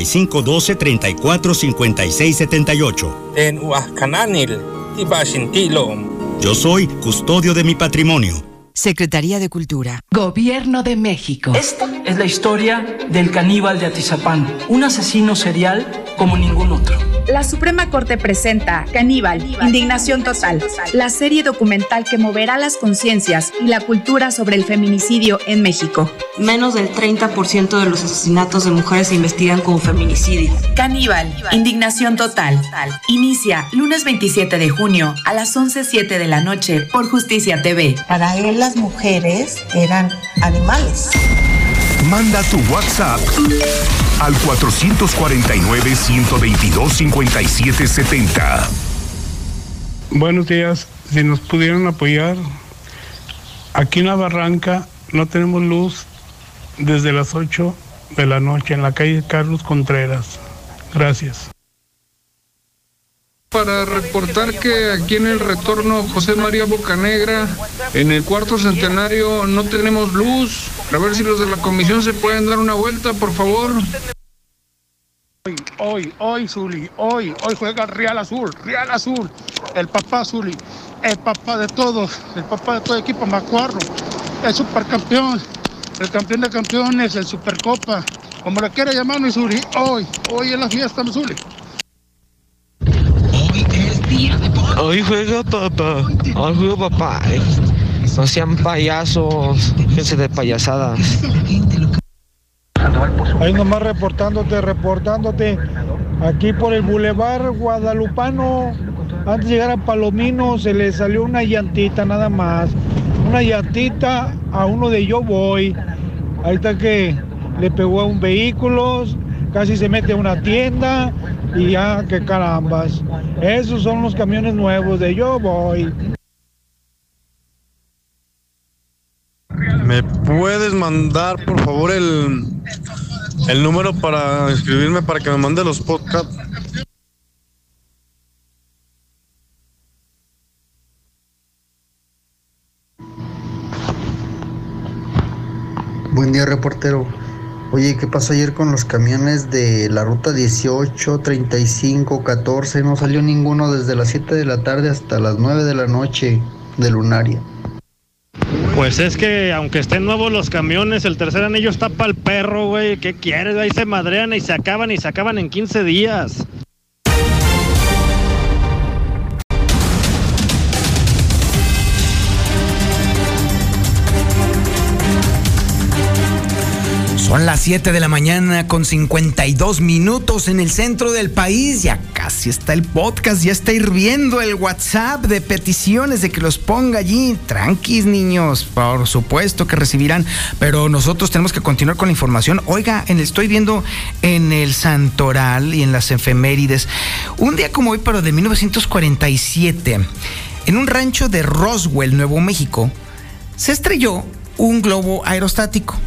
5512-345678. En Huascananil, Tibashintilo. Yo soy custodio de mi patrimonio. Secretaría de Cultura. Gobierno de México. Esta es la historia del caníbal de Atizapán, un asesino serial como ningún otro. La Suprema Corte presenta Caníbal, Indignación Total, la serie documental que moverá las conciencias y la cultura sobre el feminicidio en México. Menos del 30% de los asesinatos de mujeres se investigan como feminicidio. Caníbal, Indignación Total. Inicia lunes 27 de junio a las 11:07 de la noche por Justicia TV. Para él las mujeres eran animales. Manda tu WhatsApp al 449-122-5770. Buenos días, si nos pudieran apoyar. Aquí en la Barranca no tenemos luz desde las 8 de la noche en la calle Carlos Contreras. Gracias. Para reportar que aquí en el retorno José María Bocanegra, en el cuarto centenario, no tenemos luz. A ver si los de la comisión se pueden dar una vuelta, por favor. Hoy, Zuli, hoy juega Real Azul, el papá Zuli, el papá de todos, el papá de todo equipo Macuarro, el supercampeón, el campeón de campeones, el Supercopa, como le quiera llamar mi Zuli, hoy es la fiesta, mi Zuli. Hoy juega papá, No sean payasos, fíjense de payasadas. Ahí nomás reportándote. Aquí por el Boulevard Guadalupano, antes de llegar a Palomino, se le salió una llantita nada más. Una llantita a uno de Yo Voy. Ahí está que le pegó a un vehículo, casi se mete a una tienda y ya, que carambas. Esos son los camiones nuevos de Yo Voy. ¿Me puedes mandar, por favor, el número para escribirme para que me mande los podcasts? Buen día, reportero. Oye, ¿qué pasó ayer con los camiones de la ruta 18, 35, 14? No salió ninguno desde las 7 de la tarde hasta las 9 de la noche de Lunaria. Pues es que aunque estén nuevos los camiones, el tercer anillo está para el perro, güey. ¿Qué quieres? Ahí se madrean y se acaban en 15 días. Son las 7 de la mañana con 52 minutos en el centro del país. Ya casi está el podcast, ya está hirviendo el WhatsApp de peticiones de que los ponga allí. Tranquis, niños, por supuesto que recibirán, pero nosotros tenemos que continuar con la información. Oiga, estoy viendo en el Santoral y en las efemérides, un día como hoy, pero de 1947, en un rancho de Roswell, Nuevo México, se estrelló un globo aerostático.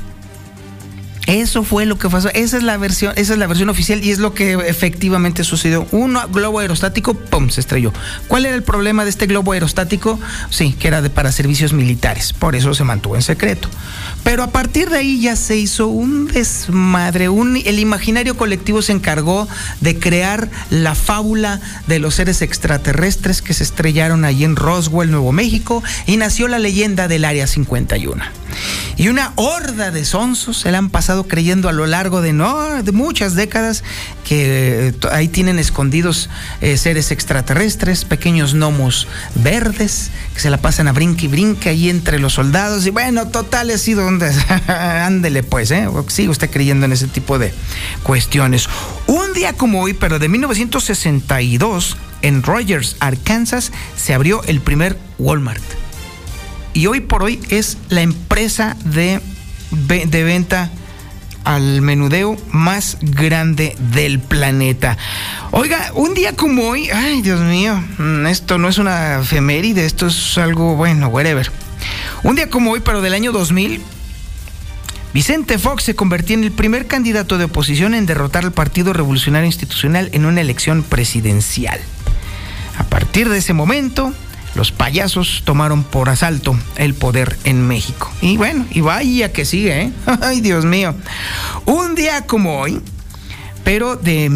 Eso fue lo que pasó. Esa es la versión oficial y es lo que efectivamente sucedió. Un globo aerostático, ¡pum!, se estrelló. ¿Cuál era el problema de este globo aerostático? Sí, que era para servicios militares. Por eso se mantuvo en secreto. Pero a partir de ahí ya se hizo un desmadre. El imaginario colectivo se encargó de crear la fábula de los seres extraterrestres que se estrellaron allí en Roswell, Nuevo México, y nació la leyenda del Área 51. Y una horda de sonsos se la han pasado creyendo a lo largo de muchas décadas que ahí tienen escondidos seres extraterrestres, pequeños gnomos verdes que se la pasan a brinque y brinque ahí entre los soldados. Y bueno, total, ha sido donde ándele pues, sigue usted creyendo en ese tipo de cuestiones. Un día como hoy, pero de 1962, en Rogers, Arkansas, se abrió el primer Walmart. Y hoy por hoy es la empresa de venta al menudeo más grande del planeta. Oiga, un día como hoy, ay Dios mío, esto no es una efeméride, esto es algo, bueno, whatever. Un día como hoy, pero del año 2000, Vicente Fox se convertía en el primer candidato de oposición en derrotar al Partido Revolucionario Institucional en una elección presidencial. A partir de ese momento, los payasos tomaron por asalto el poder en México. Y bueno, y vaya que sigue, ¿eh? Ay, Dios mío. Un día como hoy, pero de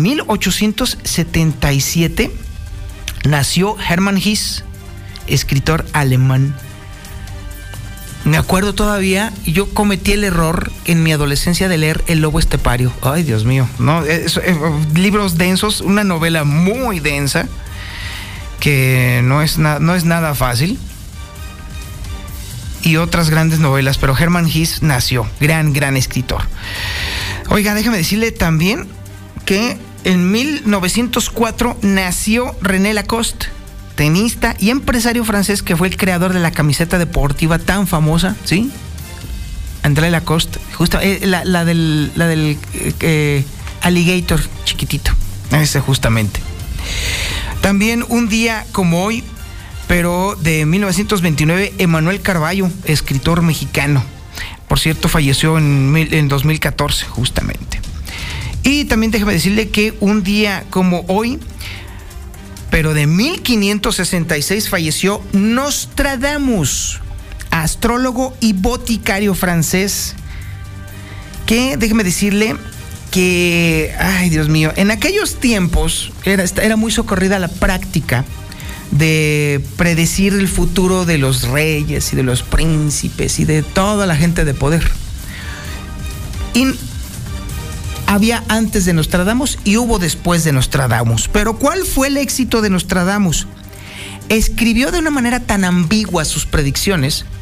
1877, nació Hermann Hesse, escritor alemán. Me acuerdo todavía, yo cometí el error en mi adolescencia de leer El Lobo Estepario. Ay, Dios mío. No, libros densos, una novela muy densa, que no es nada fácil, y otras grandes novelas, pero Hermann Hesse nació, gran escritor. Oiga, déjame decirle también que en 1904 nació René Lacoste, tenista y empresario francés que fue el creador de la camiseta deportiva tan famosa, ¿sí? André Lacoste, justo la del alligator chiquitito, ese justamente. También un día como hoy, pero de 1929, Emanuel Carballo, escritor mexicano. Por cierto, falleció en 2014, justamente. Y también déjeme decirle que un día como hoy, pero de 1566, falleció Nostradamus, astrólogo y boticario francés, que déjeme decirle que, ay Dios mío, en aquellos tiempos era muy socorrida la práctica de predecir el futuro de los reyes y de los príncipes y de toda la gente de poder. Y había antes de Nostradamus y hubo después de Nostradamus. Pero ¿cuál fue el éxito de Nostradamus? Escribió de una manera tan ambigua sus predicciones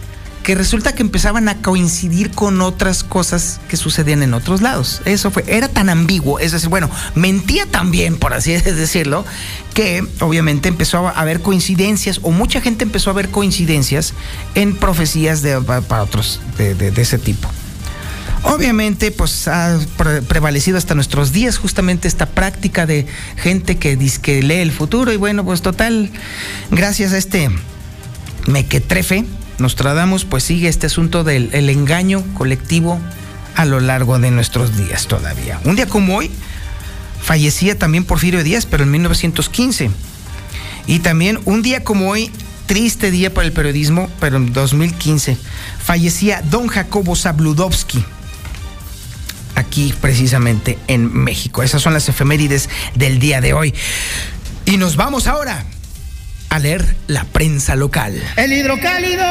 que resulta que empezaban a coincidir con otras cosas que sucedían en otros lados. Eso era tan ambiguo, es decir, bueno, mentía también, por así decirlo, que obviamente empezó a haber coincidencias, o mucha gente empezó a ver coincidencias en profecías para otros de ese tipo. Obviamente, pues ha prevalecido hasta nuestros días justamente esta práctica de gente que dice que lee el futuro, y bueno, pues total, gracias a este mequetrefe, Nostradamus, pues sigue este asunto del engaño colectivo a lo largo de nuestros días todavía. Un día como hoy fallecía también Porfirio Díaz, pero en 1915. Y también un día como hoy, triste día para el periodismo, pero en 2015, fallecía don Jacobo Zabludovsky, aquí precisamente en México. Esas son las efemérides del día de hoy. Y nos vamos ahora a leer la prensa local. El hidrocálido.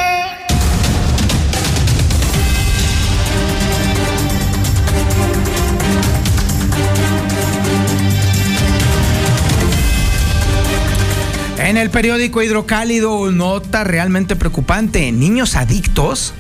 En el periódico Hidrocálido, nota realmente preocupante. Niños adictos.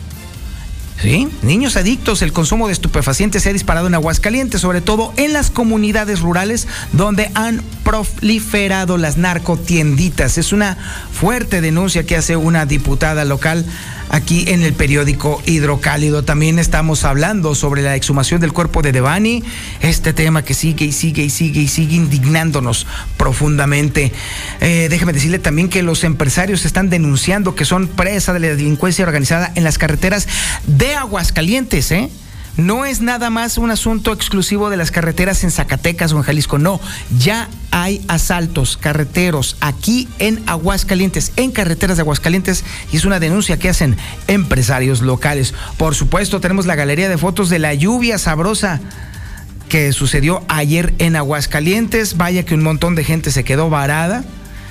¿Sí? Niños adictos, el consumo de estupefacientes se ha disparado en Aguascalientes, sobre todo en las comunidades rurales donde han proliferado las narcotienditas. Es una fuerte denuncia que hace una diputada local aquí en el periódico Hidrocálido. También estamos hablando sobre la exhumación del cuerpo de Devani, este tema que sigue indignándonos profundamente. Déjeme decirle también que los empresarios están denunciando que son presa de la delincuencia organizada en las carreteras de Aguascalientes, No es nada más un asunto exclusivo de las carreteras en Zacatecas o en Jalisco, no, ya hay asaltos carreteros aquí en Aguascalientes, en carreteras de Aguascalientes, y es una denuncia que hacen empresarios locales. Por supuesto, tenemos la galería de fotos de la lluvia sabrosa que sucedió ayer en Aguascalientes. Vaya que un montón de gente se quedó varada.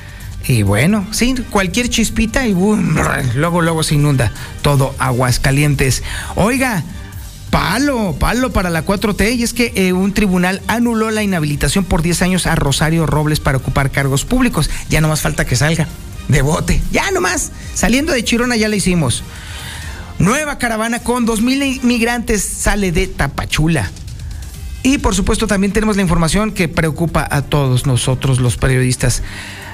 Y bueno, sí, cualquier chispita y boom, luego se inunda todo Aguascalientes. Oiga, palo para la 4T, y es que un tribunal anuló la inhabilitación por 10 años a Rosario Robles para ocupar cargos públicos. Ya no más falta que salga de bote, ya nomás, saliendo de Chirona ya la hicimos. Nueva caravana con 2,000 migrantes sale de Tapachula. Y por supuesto también tenemos la información que preocupa a todos nosotros los periodistas.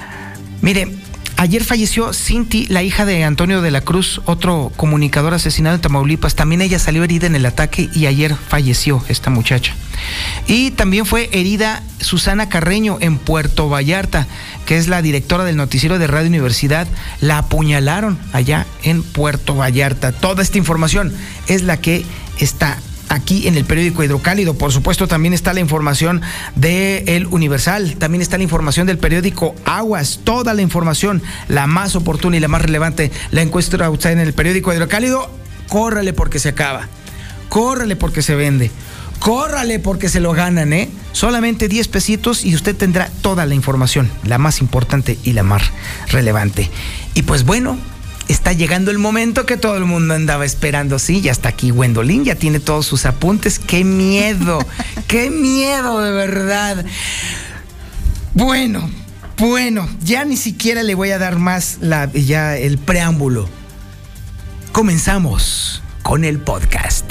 Mire, ayer falleció Cinti, la hija de Antonio de la Cruz, otro comunicador asesinado en Tamaulipas. También ella salió herida en el ataque y ayer falleció esta muchacha. Y también fue herida Susana Carreño en Puerto Vallarta, que es la directora del noticiero de Radio Universidad. La apuñalaron allá en Puerto Vallarta. Toda esta información es la que está aquí en el periódico Hidrocálido. Por supuesto, también está la información de El Universal, también está la información del periódico Aguas. Toda la información, la más oportuna y la más relevante, la encuesta usted en el periódico Hidrocálido. Córrale porque se acaba, córrale porque se vende, córrale porque se lo ganan, Solamente 10 pesitos y usted tendrá toda la información, la más importante y la más relevante. Y pues bueno, está llegando el momento que todo el mundo andaba esperando. Sí, ya está aquí Gwendolyn, ya tiene todos sus apuntes. ¡Qué miedo! ¡Qué miedo, de verdad! Bueno, ya ni siquiera le voy a dar más el preámbulo. Comenzamos con el podcast.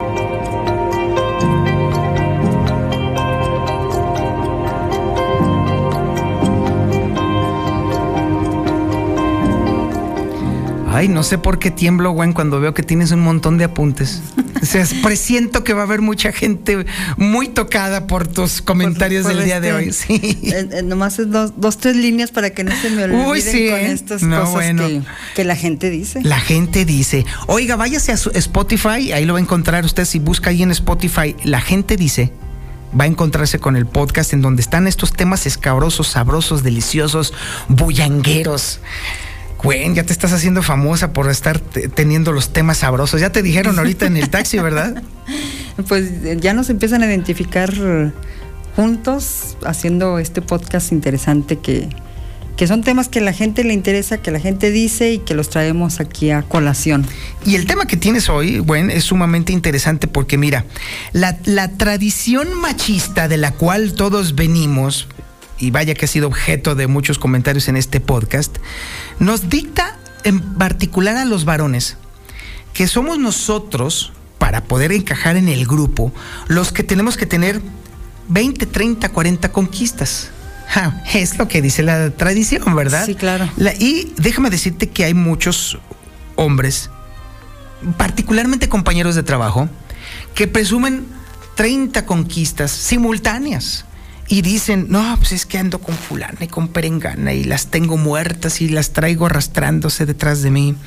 Ay, no sé por qué tiemblo, Gwen, cuando veo que tienes un montón de apuntes. O sea, presiento que va a haber mucha gente muy tocada por tus comentarios del día de hoy. Sí. Nomás es dos, tres líneas para que no se me olviden. Uy, sí, con estas cosas que la gente dice. La gente dice. Oiga, váyase a Spotify, ahí lo va a encontrar usted. Si busca ahí en Spotify, La Gente Dice, va a encontrarse con el podcast en donde están estos temas escabrosos, sabrosos, deliciosos, bullangueros. Gwen, ya te estás haciendo famosa por estar teniendo los temas sabrosos. Ya te dijeron ahorita en el taxi, ¿verdad? Pues ya nos empiezan a identificar juntos haciendo este podcast interesante que son temas que a la gente le interesa, que la gente dice y que los traemos aquí a colación. Y el tema que tienes hoy, Gwen, es sumamente interesante porque mira, la tradición machista de la cual todos venimos, y vaya que ha sido objeto de muchos comentarios en este podcast, nos dicta en particular a los varones que somos nosotros, para poder encajar en el grupo, los que tenemos que tener 20, 30, 40 conquistas. Es lo que dice la tradición, ¿verdad? Sí, claro. Y déjame decirte que hay muchos hombres, particularmente compañeros de trabajo, que presumen 30 conquistas simultáneas. Y dicen, no, pues es que ando con fulana y con perengana y las tengo muertas y las traigo arrastrándose detrás de mí.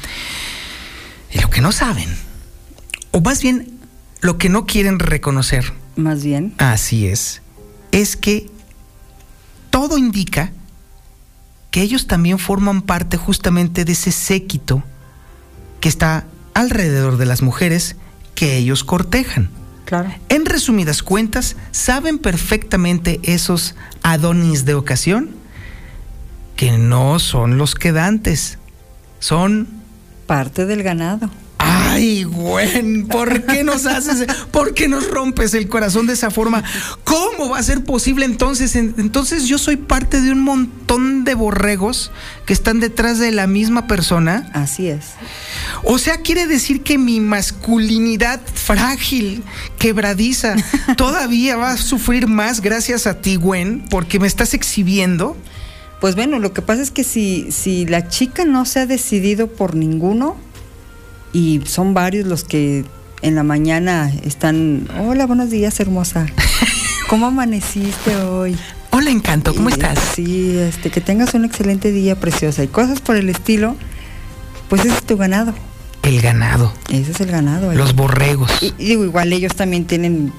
Y lo que no saben, o más bien lo que no quieren reconocer. Más bien. Así es que todo indica que ellos también forman parte justamente de ese séquito que está alrededor de las mujeres que ellos cortejan. Claro. En resumidas cuentas, saben perfectamente esos adonis de ocasión que no son los quedantes, son parte del ganado. Ay, güey, ¿por qué nos haces, por qué nos rompes el corazón de esa forma? ¿Cómo va a ser posible entonces? Entonces yo soy parte de un montón de borregos que están detrás de la misma persona. Así es. O sea, quiere decir que mi masculinidad frágil, quebradiza, todavía va a sufrir más gracias a ti, Gwen, porque me estás exhibiendo. Pues bueno, lo que pasa es que si la chica no se ha decidido por ninguno, y son varios los que en la mañana están, hola, buenos días, hermosa, ¿cómo amaneciste hoy? Hola, encanto, ¿cómo estás? Sí, que tengas un excelente día, preciosa, y cosas por el estilo, pues ese es tu ganado. El ganado. Ese es el ganado. Los borregos. Y digo, igual ellos también tienen,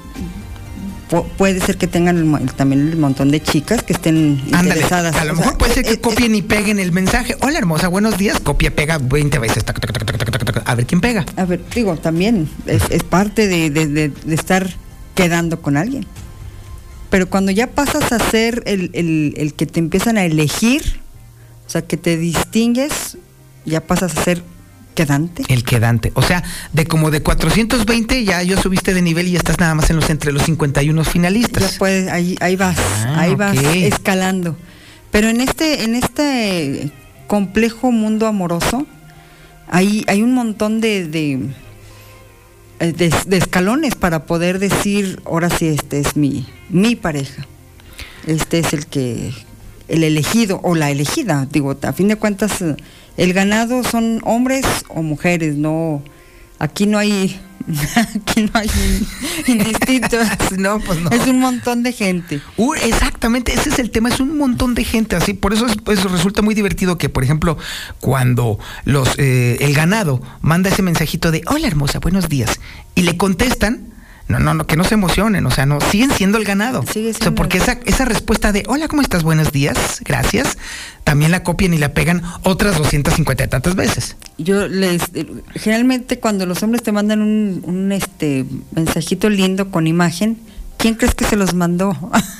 puede ser que tengan también el montón de chicas que estén interesadas. A lo mejor puede ser que copien y peguen el mensaje. Hola, hermosa, buenos días. Copia, pega 20 veces. A ver quién pega. A ver, digo, también es parte de estar quedando con alguien. Pero cuando ya pasas a ser el que te empiezan a elegir, o sea, que te distingues, ya pasas a ser quedante. El quedante. O sea, de 420 ya subiste de nivel y ya estás nada más entre los 51 finalistas. Ya puedes, ahí vas escalando. Pero en este complejo mundo amoroso hay un montón de escalones para poder decir, ahora sí, este es mi pareja. Este es el elegido o la elegida. Digo, a fin de cuentas, el ganado son hombres o mujeres, no, aquí no hay indistintos. No, pues no. Es un montón de gente. Exactamente, ese es el tema, es un montón de gente, así, por eso resulta muy divertido que, por ejemplo, cuando el ganado manda ese mensajito de hola, hermosa, buenos días, y le contestan, no, que no se emocionen, o sea, no, siguen siendo el ganado. Sigue siendo. O sea, porque esa respuesta de hola, ¿cómo estás? Buenos días, gracias, también la copian y la pegan otras 250 y tantas veces. Generalmente cuando los hombres te mandan un mensajito lindo con imagen, ¿quién crees que se los mandó?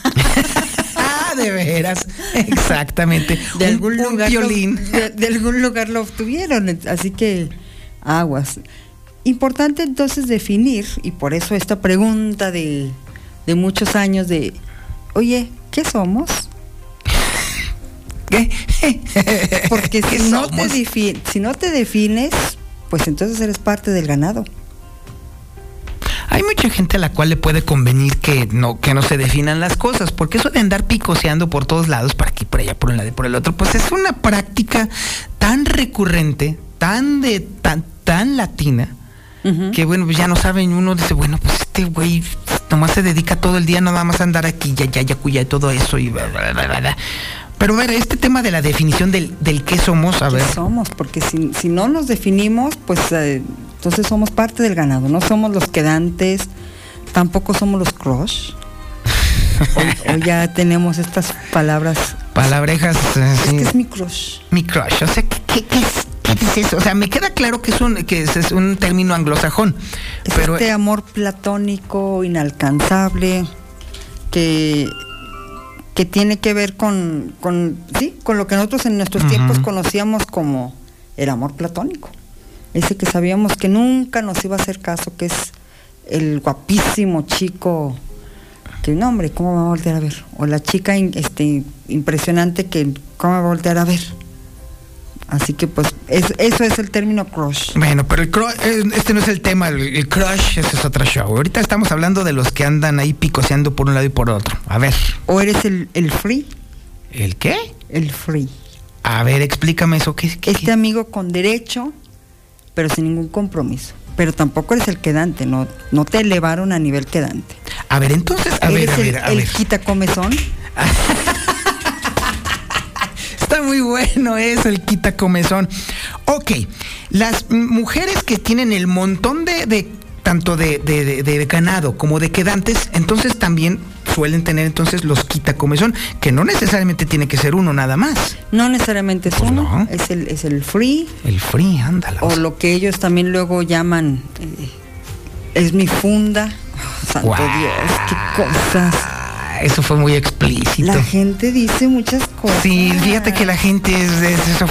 De veras, exactamente. De algún lugar lo obtuvieron, así que aguas. Importante entonces definir, y por eso esta pregunta de muchos años de, oye, ¿qué somos? ¿Qué? Porque si no te defines, pues entonces eres parte del ganado. Hay mucha gente a la cual le puede convenir que no se definan las cosas, porque eso de andar picoseando por todos lados, por aquí, por allá, por un lado y por el otro, pues es una práctica tan recurrente, tan latina, que bueno, pues ya no saben, uno dice, bueno, pues este güey nomás se dedica todo el día nada más a andar aquí, ya, y todo eso, y bla, bla, bla, bla. Pero a ver, este tema de la definición del qué somos, a ver. ¿Qué somos? Porque si no nos definimos, pues entonces somos parte del ganado, no somos los quedantes, tampoco somos los crush. o ya tenemos estas palabrejas. Es que es mi crush. Mi crush, o sea, ¿qué es eso? O sea, me queda claro que es un término anglosajón. Es pero amor platónico, inalcanzable, que tiene que ver con lo que nosotros en nuestros tiempos conocíamos como el amor platónico. Ese que sabíamos que nunca nos iba a hacer caso, que es el guapísimo chico, que no, hombre, ¿cómo me va a voltear a ver? O la chica impresionante que, ¿cómo me va a voltear a ver? Así que pues eso es el término crush. Bueno, pero el crush, este no es el tema, el crush, ese es otro show. Ahorita estamos hablando de los que andan ahí picoseando por un lado y por otro. A ver. ¿O eres el free? ¿El qué? El free. A ver, explícame eso. ¿Qué? Este amigo con derecho, pero sin ningún compromiso. Pero tampoco eres el quedante, no te elevaron a nivel quedante. A ver, entonces, a ¿Eres ver. el quitacomezón? Está muy bueno eso, el quitacomezón. Ok, las mujeres que tienen el montón de tanto de ganado como de quedantes, entonces también suelen tener entonces los quitacomezón, que no necesariamente tiene que ser uno nada más. No necesariamente es pues uno, no. es el free. El free, ándale. O lo que ellos también luego llaman, es mi funda. Oh, santo Dios, qué cosas. Eso fue muy explícito. La gente dice muchas cosas. Sí, fíjate que la gente, eso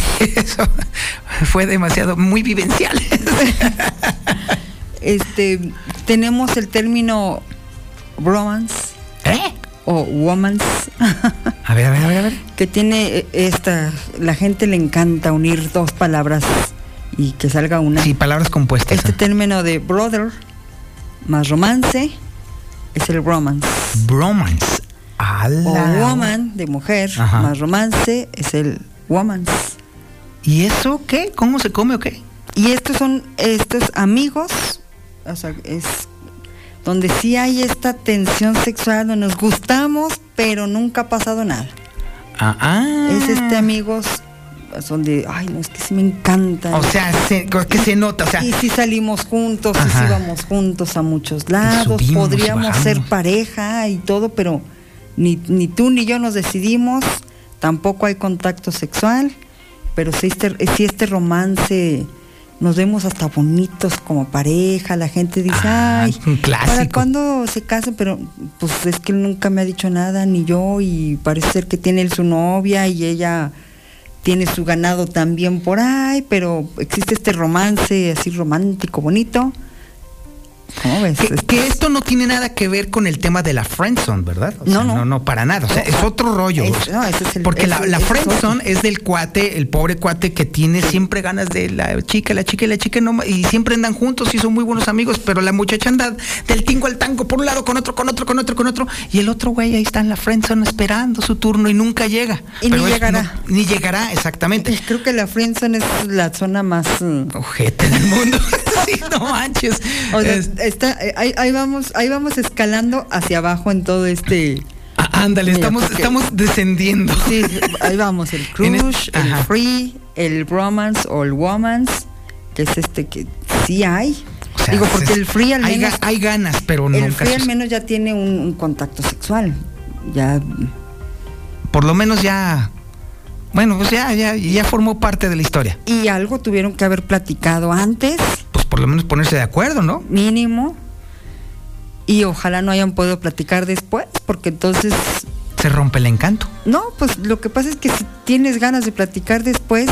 fue demasiado, muy vivencial. Tenemos el término bromance. O womance. A ver. Que tiene la gente le encanta unir dos palabras y que salga una. Sí, palabras compuestas. Este término de brother más romance es el bromance. Bromance. O woman, de mujer, ajá, más romance es el womance. ¿Y eso qué? ¿Cómo se come o qué? Y estos son estos amigos, o sea, es donde sí hay esta tensión sexual, donde nos gustamos, pero nunca ha pasado nada. Es amigos donde, ay, no, es que sí me encanta. O sea, que se nota, o sea. Y si salimos juntos, y si vamos juntos a muchos lados, podríamos ser pareja y todo, pero ni tú ni yo nos decidimos, tampoco hay contacto sexual, pero sí este romance, nos vemos hasta bonitos como pareja, la gente dice, ay, ¿para cuándo se casan? Pero pues es que él nunca me ha dicho nada, ni yo, y parece ser que tiene él su novia y ella tiene su ganado también por ahí, pero existe este romance así romántico, bonito. ¿Cómo ves? Que esto no tiene nada que ver con el tema de la friendzone, ¿verdad? O sea, no, para nada. O sea, es otro rollo. Porque la friendzone es del cuate, el pobre cuate que tiene siempre ganas de la chica no, y siempre andan juntos y son muy buenos amigos, pero la muchacha anda del tingo al tango por un lado, con otro, y el otro güey ahí está en la friendzone esperando su turno y nunca llega. Y ni llegará. Ni llegará, exactamente. Creo que la friendzone es la zona más ojete del mundo. Sí, no manches. O sea, ahí vamos escalando hacia abajo en todo este. Ándale, estamos descendiendo. Sí, ahí vamos, el crush, el free, el bromance o el womance, que es que sí hay. O sea, porque el free al menos hay ganas, pero no. El free al menos ya tiene un contacto sexual. Ya. Por lo menos ya. Bueno, pues ya formó parte de la historia. Y algo tuvieron que haber platicado antes. Pues por lo menos ponerse de acuerdo, ¿no? Mínimo. Y ojalá no hayan podido platicar después, porque entonces se rompe el encanto. No, pues lo que pasa es que si tienes ganas de platicar después,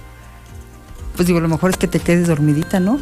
pues digo, lo mejor es que te quedes dormidita, ¿no?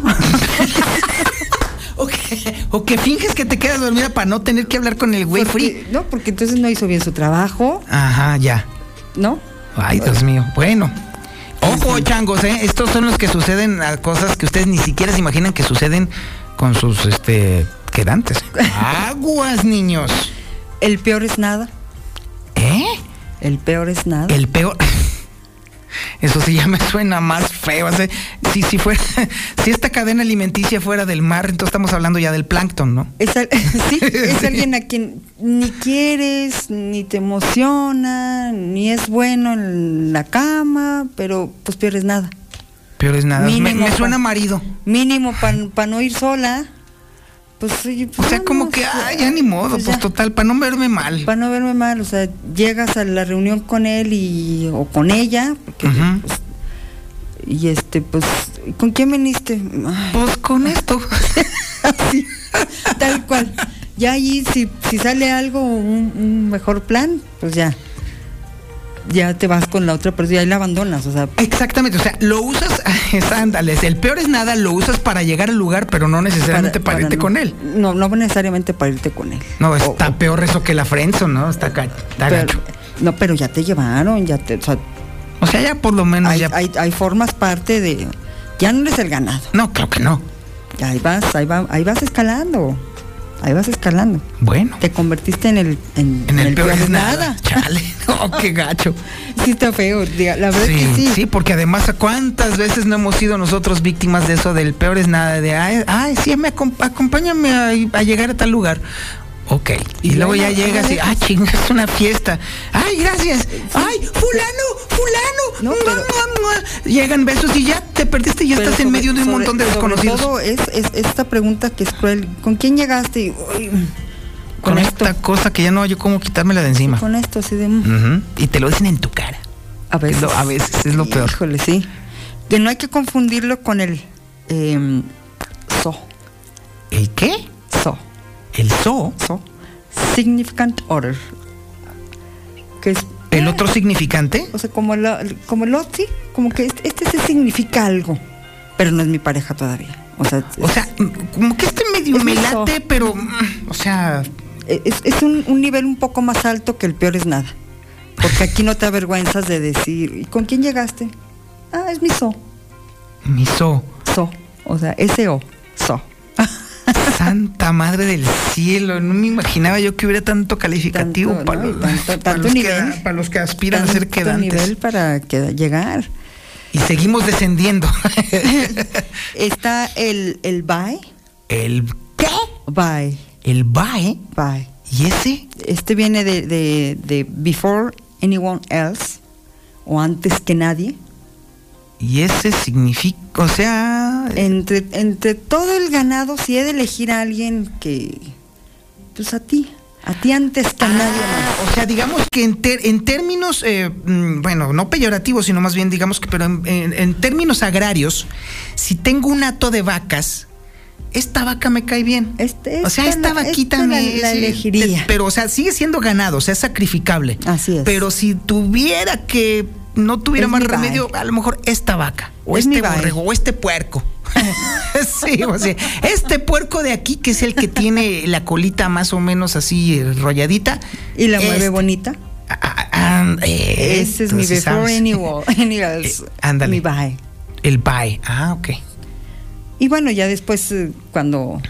O que finges que te quedas dormida para no tener que hablar con el güey free. No, porque entonces no hizo bien su trabajo. Ajá, ya. ¿No? Ay, Dios mío. Bueno. Ojo, changos, estos son los que suceden a cosas que ustedes ni siquiera se imaginan que suceden con sus quedantes. Aguas, niños. El peor es nada. El peor es nada. El peor. Eso sí ya me suena más feo. O sea, si esta cadena alimenticia fuera del mar, entonces estamos hablando ya del plancton, ¿no? Es alguien a quien ni quieres, ni te emociona, ni es bueno en la cama, pero pues peor es nada. Peor es nada. Me suena marido. Mínimo para no ir sola. Pues, oye, pues o sea, como que, ya ni modo, pues total, para no verme mal. Para no verme mal, o sea, llegas a la reunión con él o con ella, porque, pues, y pues, ¿con quién viniste? Pues con esto. Así, tal cual. Ya allí, si sale algo, un mejor plan, pues ya te vas con la otra persona y ahí la abandonas, o sea. Exactamente, o sea, lo usas, ándales, el peor es nada, lo usas para llegar al lugar, pero no necesariamente para irte con él. No necesariamente para irte con él. No, está peor eso que la friendzone, ¿no? Está gacho. No, pero ya te llevaron, o sea, O sea, ya por lo menos Hay formas parte de... Ya no eres el ganado. No, claro que no. Ahí vas escalando. Bueno. Te convertiste en el peor es nada. Chale. Oh, qué gacho. Sí está feo, la verdad que sí. Sí, porque además ¿cuántas veces no hemos sido nosotros víctimas de eso del peor es nada? De sí, acompáñame a llegar a tal lugar. Ok. Y luego ya llegas y chinga, es una fiesta. Ay, gracias. Ay, fulano. No, pero... Llegan besos y ya te perdiste y ya estás en medio de un montón de desconocidos. Todo es esta pregunta que es cruel. ¿Con quién llegaste? Con esta cosa que ya no hay cómo quitármela de encima. Con esto, así de... Y te lo dicen en tu cara. A veces es lo peor. Híjole, sí. Que no hay que confundirlo con el so. ¿El qué? So. ¿El so? Significant other. Que es... ¿El otro significante? O sea, como el otro, como que este sí significa algo, pero no es mi pareja todavía. O sea, como que medio me late, pero... O sea... Es un nivel un poco más alto que el peor es nada. Porque aquí no te avergüenzas de decir, ¿y con quién llegaste? Es mi so. Mi so. So. O sea, S-O. So. Santa madre del cielo, no me imaginaba yo que hubiera tanto calificativo para los que aspiran a ser quedantes. Nivel para llegar. Y seguimos descendiendo. Está el bye. ¿El qué? Bye. ¿El bye? Bye. ¿Y ese? Este viene de before anyone else, o antes que nadie. Y ese significa, o sea... Entre todo el ganado, si he de elegir a alguien que... Pues a ti antes que a nadie más. O sea, digamos que en términos, bueno, no peyorativos, sino más bien digamos que, pero en términos agrarios, si tengo un hato de vacas, esta vaca me cae bien. O sea, esta vaquita la elegiría. Pero, o sea, sigue siendo ganado, o sea, es sacrificable. Así es. Pero si tuviera que... No tuviera más remedio, a lo mejor esta vaca, o este borrego, o este puerco. Sí, o sea, este puerco de aquí, que es el que tiene la colita más o menos así enrolladita. ¿Y la mueve bonita? Ese es mi before anyone else. Ándale. Mi bye. El bye. Ok. Y bueno, ya después, cuando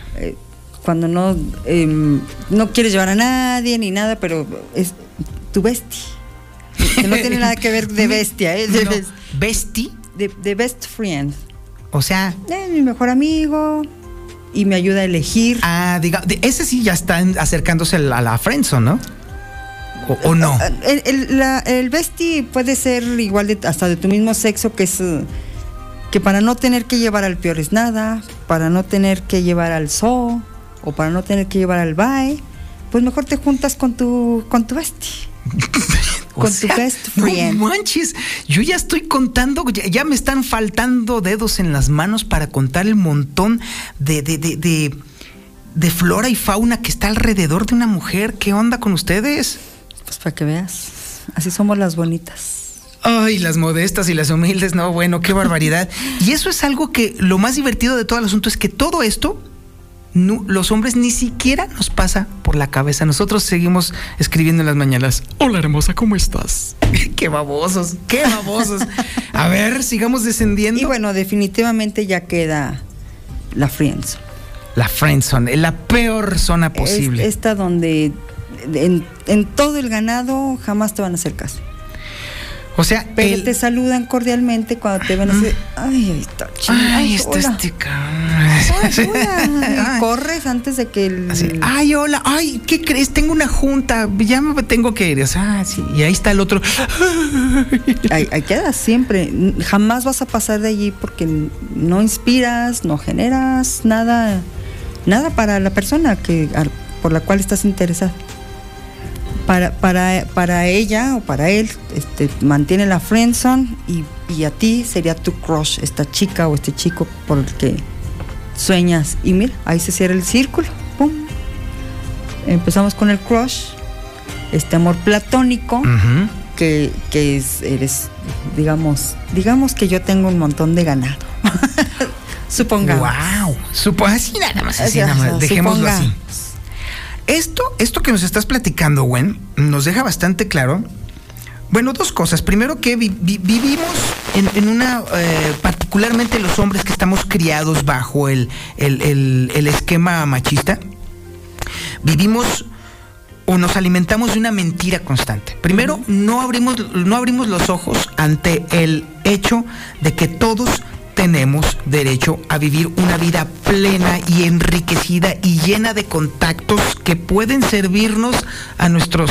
no quieres llevar a nadie ni nada, pero es tu bestie. Que no tiene nada que ver de bestia, ¿Bestie? De best friend. O sea... mi mejor amigo. Y me ayuda a elegir. Ese sí ya está acercándose a la friendzone, ¿no? ¿O no? El bestie puede ser igual hasta de tu mismo sexo, que es... Que para no tener que llevar al peor es nada, para no tener que llevar al so, o para no tener que llevar al bye, pues mejor te juntas con tu bestie. Con tu best friend. No manches, yo ya estoy contando, ya me están faltando dedos en las manos para contar el montón de flora y fauna que está alrededor de una mujer. ¿Qué onda con ustedes? Pues para que veas, así somos las bonitas. Ay, las modestas y las humildes, no, bueno, qué barbaridad. Y eso es algo que lo más divertido de todo el asunto es que todo esto... No, los hombres ni siquiera nos pasa por la cabeza. Nosotros seguimos escribiendo en las mañanas. Hola, hermosa, ¿cómo estás? Qué babosos. A ver, sigamos descendiendo. Y bueno, definitivamente ya queda la friendzone. La friendzone, la peor zona posible. Es esta donde en todo el ganado jamás te van a hacer caso. O sea, pero te saludan cordialmente cuando te ven así. Ay, está chido. Ay, está este cabrón. Y corres antes de que ay, hola. Ay, ¿qué crees? Tengo una junta. Ya me tengo que ir. Sí. Y ahí está el otro. Ahí quedas siempre. Jamás vas a pasar de allí porque no inspiras, no generas nada para la persona por la cual estás interesado. Para ella o para él mantiene la friendzone y a ti sería tu crush, esta chica o este chico por el que sueñas. Y mira, ahí se cierra el círculo. ¡Pum! Empezamos con el crush, este amor platónico, que eres, digamos que yo tengo un montón de ganado. Supongamos. ¡Wow! Así nada más. Dejémoslo así. Esto que nos estás platicando, Gwen, nos deja bastante claro Bueno, dos cosas. Primero, que vivimos en una, particularmente los hombres que estamos criados bajo el esquema machista, vivimos o nos alimentamos de una mentira constante. Primero, no abrimos los ojos ante el hecho de que todos tenemos derecho a vivir una vida plena y enriquecida y llena de contactos que pueden servirnos a nuestro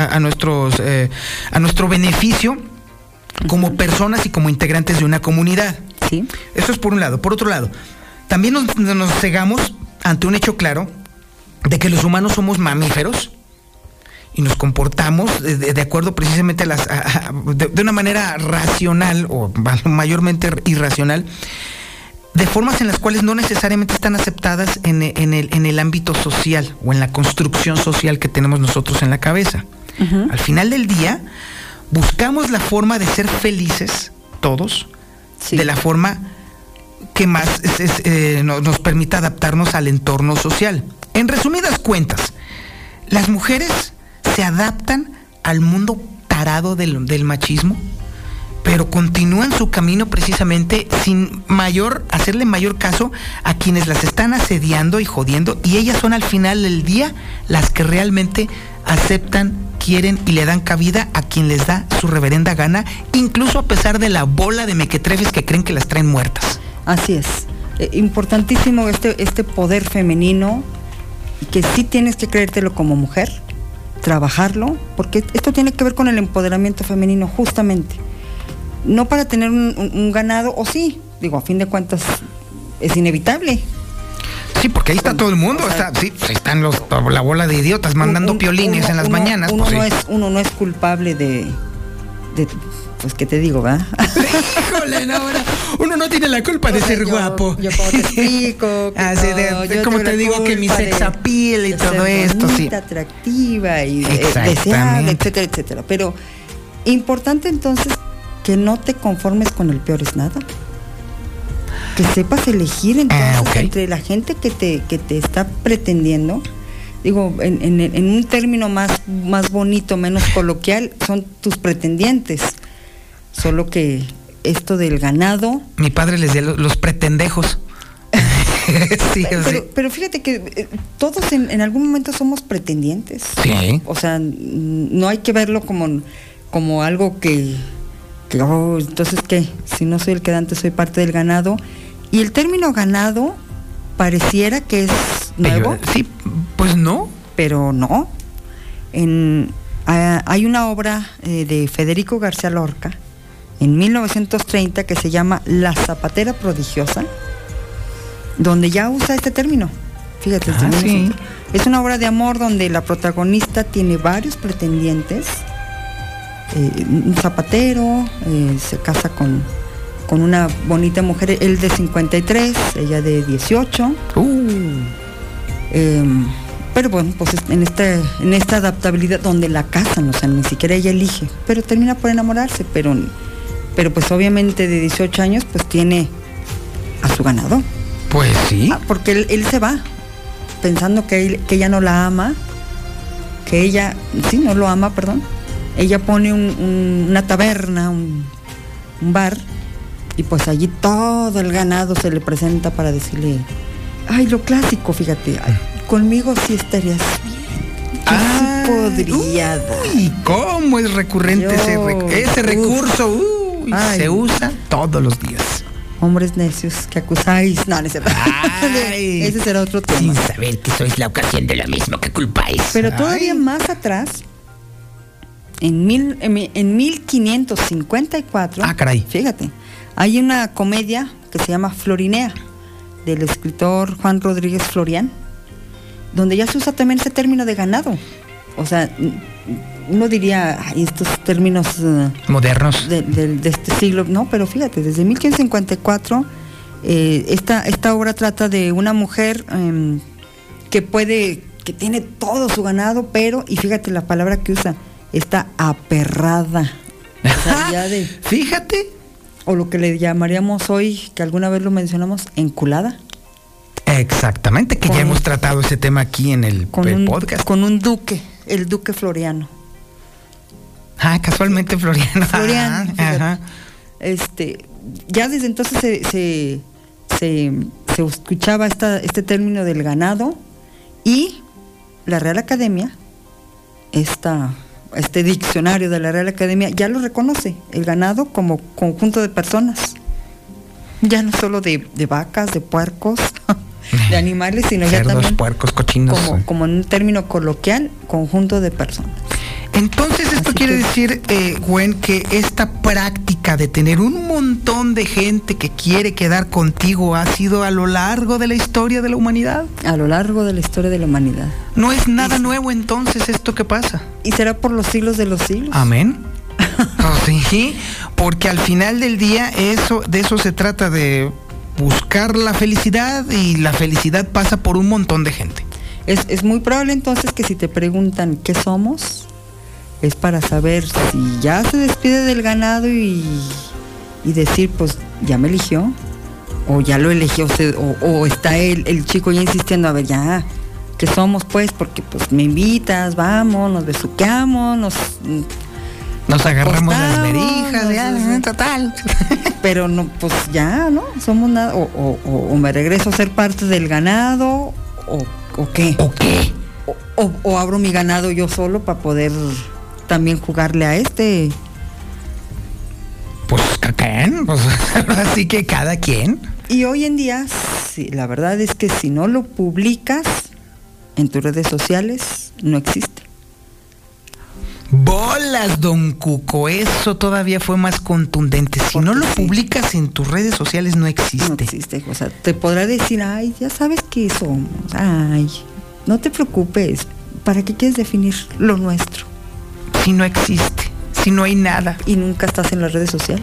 beneficio como personas y como integrantes de una comunidad. Sí. Eso es por un lado. Por otro lado, también nos cegamos ante un hecho claro de que los humanos somos mamíferos y nos comportamos de acuerdo precisamente de una manera racional o mayormente irracional, de formas en las cuales no necesariamente están aceptadas en el ámbito social o en la construcción social que tenemos nosotros en la cabeza. Uh-huh. Al final del día, buscamos la forma de ser felices todos, sí, de la forma que más nos permita adaptarnos al entorno social. En resumidas cuentas, las mujeres se adaptan al mundo tarado del machismo, pero continúan su camino precisamente sin hacerle mayor caso a quienes las están asediando y jodiendo, y ellas son al final del día las que realmente aceptan, quieren y le dan cabida a quien les da su reverenda gana, incluso a pesar de la bola de mequetrefes que creen que las traen muertas. Así es. Importantísimo este poder femenino, que sí tienes que creértelo como mujer, trabajarlo, porque esto tiene que ver con el empoderamiento femenino, justamente. No para tener un ganado, o sí, digo, a fin de cuentas es inevitable. Sí, porque ahí está todo el mundo, están la bola de idiotas mandando piolines en las mañanas. Uno no es culpable de pues, ¿qué te digo, va? Híjole, no, uno no tiene la culpa de ser guapo. Yo como te explico. Como te digo que mi sex appeal y todo esto, sí. Atractiva y deseable, etcétera, etcétera. Pero importante entonces que no te conformes con el peor es nada. Que sepas elegir entonces entre la gente que te está pretendiendo. Digo, en un término más bonito, menos coloquial, son tus pretendientes. Solo que esto del ganado... Mi padre les decía los pretendejos. Sí, pero fíjate que todos en algún momento somos pretendientes. Sí. O sea, no hay que verlo como algo que entonces, ¿qué? Si no soy el quedante, soy parte del ganado. Y el término ganado pareciera que es nuevo. Sí, pues no. Pero no. Hay una obra de Federico García Lorca en 1930 que se llama La zapatera prodigiosa, donde ya usa este término. Fíjate, sí. Es una obra de amor donde la protagonista tiene varios pretendientes. Un zapatero se casa con una bonita mujer, él de 53, ella de 18. Pero bueno, pues en esta adaptabilidad donde la casan, o sea, ni siquiera ella elige, pero termina por enamorarse, pero pues obviamente de 18 años pues tiene a su ganado. Pues sí. Porque él se va pensando que ella no la ama, que ella, sí, no lo ama, perdón. Ella pone una taberna, un bar, y pues allí todo el ganado se le presenta para decirle, ay, lo clásico, fíjate, ay, conmigo sí estarías bien. Sí podría. Uy, ¿cómo es recurrente ese recurso? Se usa todos los días. Hombres necios que acusáis. No, ese será otro tema. Sin saber que sois la ocasión de lo mismo que culpáis. Pero todavía más atrás, en 1554, fíjate, hay una comedia que se llama Florinea, del escritor Juan Rodríguez Florián, donde ya se usa también ese término de ganado. O sea, uno diría, estos términos modernos de este siglo, no, pero fíjate, desde 1554 esta obra trata de una mujer que tiene todo su ganado, pero, y fíjate la palabra que usa, está aperrada. O sea, fíjate. O lo que le llamaríamos hoy, que alguna vez lo mencionamos, enculada. Exactamente, que ya hemos tratado ese tema aquí en el podcast. Con un duque, el duque Floriano. Ah, casualmente Florian. Florian, Ajá. Ya desde entonces se escuchaba este término del ganado, y la Real Academia, este diccionario de la Real Academia ya lo reconoce, el ganado como conjunto de personas, ya no solo de vacas, de puercos, de animales, sino cerdos, ya también puercos, cochinos, como en un término coloquial, conjunto de personas. Entonces esto quiere decir, Gwen, que esta práctica de tener un montón de gente que quiere quedar contigo ha sido a lo largo de la historia de la humanidad. A lo largo de la historia de la humanidad. No es nada nuevo entonces esto que pasa. Y será por los siglos de los siglos. Amén. Sí, porque al final del día de eso se trata, de buscar la felicidad, y la felicidad pasa por un montón de gente. Es muy probable entonces que si te preguntan qué somos, es para saber si ya se despide del ganado y decir, pues ya me eligió, o ya lo eligió, o está el chico ya insistiendo, a ver, ya, ¿qué somos pues? Porque pues me invitas, vamos, nos besuqueamos, nos agarramos las verijas, ya, total. Pero no, pues ya, ¿no? Somos nada, o me regreso a ser parte del ganado, o qué. ¿O qué? O abro mi ganado yo solo para poder también jugarle a Pues ¿quién? Pues así que cada quien. Y hoy en día, sí, la verdad es que si no lo publicas en tus redes sociales, no existe. Bolas, don Cuco, eso todavía fue más contundente. Si no lo publicas en tus redes sociales, no existe. No existe, o sea, te podrá decir, ay, ya sabes qué somos, ay, no te preocupes, ¿para qué quieres definir lo nuestro? Si no existe, si no hay nada. Y nunca estás en las redes sociales.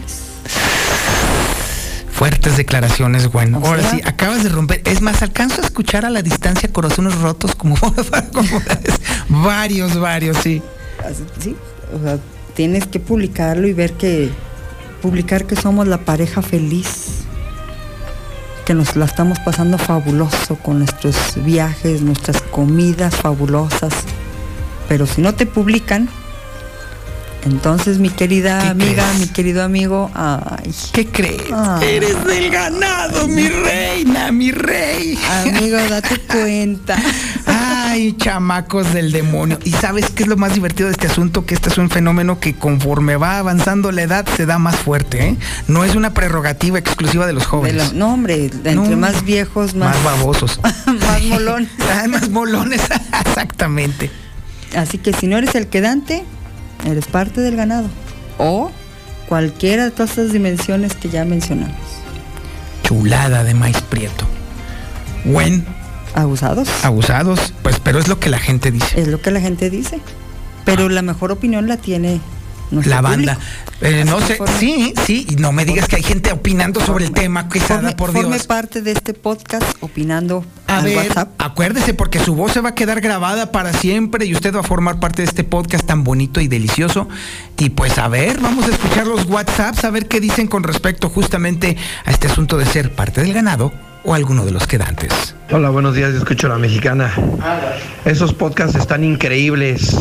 Fuertes declaraciones, bueno. Ahora sí, acabas de romper. Es más, alcanzo a escuchar a la distancia corazones rotos como varios, sí. Sí, o sea, tienes que publicarlo y publicar que somos la pareja feliz, que nos la estamos pasando fabuloso con nuestros viajes, nuestras comidas fabulosas. Pero si no te publican, entonces mi querida amiga, mi querido amigo, ay, ¿qué crees? Eres del ganado, mi reina, mi rey. Amigo, date cuenta. Ay, chamacos del demonio. ¿Y sabes qué es lo más divertido de este asunto? Que este es un fenómeno que conforme va avanzando la edad se da más fuerte, ¿eh? No es una prerrogativa exclusiva de los jóvenes. No, hombre, entre más viejos, más babosos. Más molones. Más molones, exactamente. Así que si no eres el quedante, eres parte del ganado, o cualquiera de todas esas dimensiones que ya mencionamos. Chulada de maíz prieto. Buen. Abusados, pues, pero es lo que la gente dice. Es lo que la gente dice. Pero la mejor opinión la tiene la banda. No sé, sí, y no me digas que hay gente opinando sobre el tema, Quesada, por Dios. Forme parte de este podcast opinando al WhatsApp. Acuérdese, porque su voz se va a quedar grabada para siempre y usted va a formar parte de este podcast tan bonito y delicioso. Y pues a ver, vamos a escuchar los WhatsApps, a ver qué dicen con respecto justamente a este asunto de ser parte del ganado o alguno de los quedantes. Hola, buenos días, yo escucho La Mexicana. Esos podcasts están increíbles,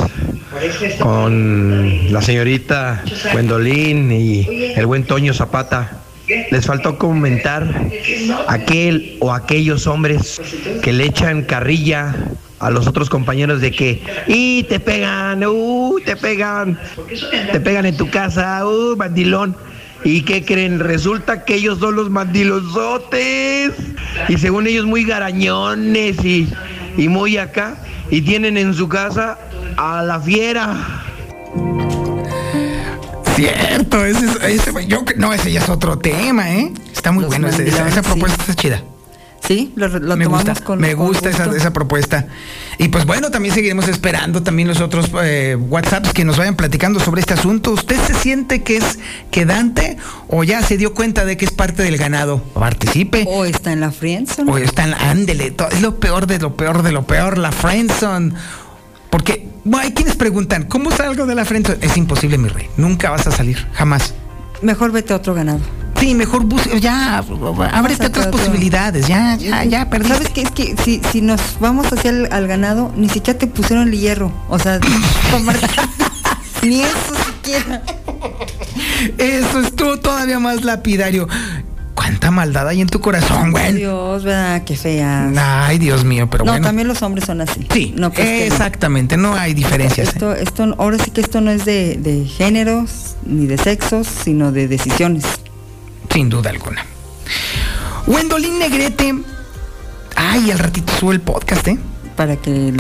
con la señorita Gwendolyn y el buen Toño Zapata. Les faltó comentar aquel o aquellos hombres que le echan carrilla a los otros compañeros de que te pegan en tu casa, mandilón. ¿Y qué creen? Resulta que ellos son los mandilonzotes. Y según ellos muy garañones y muy acá. Y tienen en su casa a la fiera. Cierto, ese ya es otro tema, ¿eh? Está muy bueno, esa propuesta está chida. Sí, lo tomamos con me gusta esa propuesta. Y pues bueno, también seguiremos esperando también los otros WhatsApps que nos vayan platicando sobre este asunto. ¿Usted se siente que es quedante o ya se dio cuenta de que es parte del ganado? Participe. O está en la friendzone. O está en la... Ándele, es lo peor de lo peor de lo peor, la friendzone. Porque hay quienes preguntan, ¿cómo salgo de la friendzone? Es imposible, mi rey. Nunca vas a salir, jamás. Mejor vete a otro ganado. Sí, mejor ya, ábrete otras posibilidades, ya perdiste. ¿Sabes qué? Es que si nos vamos hacia el ganado, ni siquiera te pusieron el hierro, o sea, ni eso quiera. Eso estuvo todavía más lapidario. ¿Cuánta maldad hay en tu corazón, güey? Dios, ¿verdad? Qué fea. Ay, Dios mío, pero no, bueno. No, también los hombres son así. Sí, no, pues exactamente, no hay diferencias. Ahora sí que esto no es de géneros ni de sexos, sino de decisiones. Sin duda alguna. Wendolín Negrete. Ay, al ratito sube el podcast, ¿eh? Para que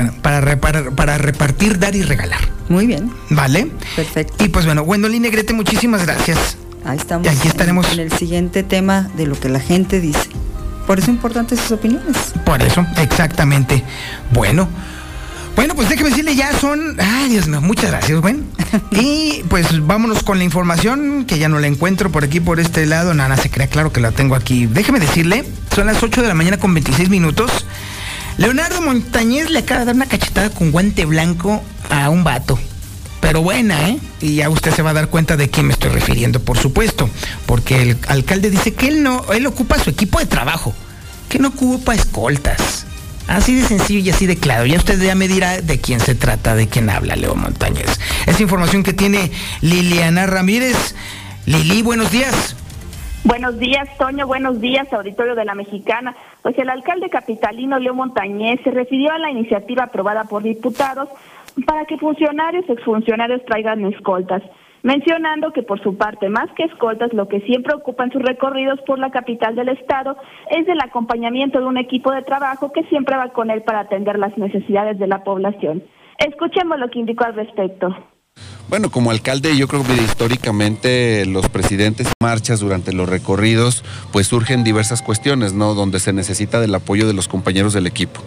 para repartir, dar y regalar. Muy bien. Vale. Perfecto. Y pues bueno, Wendolín Negrete, muchísimas gracias. Ahí estamos. Y aquí estaremos en el siguiente tema de lo que la gente dice. Por eso es importante sus opiniones. Por eso, exactamente. Bueno, pues déjeme decirle, ya son... Ay, Dios mío, muchas gracias, güey. Y pues vámonos con la información, que ya no la encuentro por aquí, por este lado. Nada, se crea, claro que la tengo aquí. Déjeme decirle, son las 8 de la mañana con 26 minutos. Leonardo Montañez le acaba de dar una cachetada con guante blanco a un vato. Pero buena, ¿eh? Y ya usted se va a dar cuenta de quién me estoy refiriendo, por supuesto. Porque el alcalde dice que él ocupa su equipo de trabajo, que no ocupa escoltas. Así de sencillo y así de claro. Ya usted ya me dirá de quién se trata, de quién habla Leo Montañez. Es información que tiene Liliana Ramírez. Lili, buenos días. Buenos días, Toño. Buenos días, auditorio de La Mexicana. Pues el alcalde capitalino Leo Montañez se refirió a la iniciativa aprobada por diputados para que funcionarios y exfuncionarios traigan escoltas, mencionando que por su parte, más que escoltas, lo que siempre ocupan sus recorridos por la capital del estado es el acompañamiento de un equipo de trabajo que siempre va con él para atender las necesidades de la población. Escuchemos lo que indicó al respecto. Bueno, como alcalde, yo creo que históricamente los presidentes marchas durante los recorridos, pues surgen diversas cuestiones, ¿no? Donde se necesita del apoyo de los compañeros del equipo.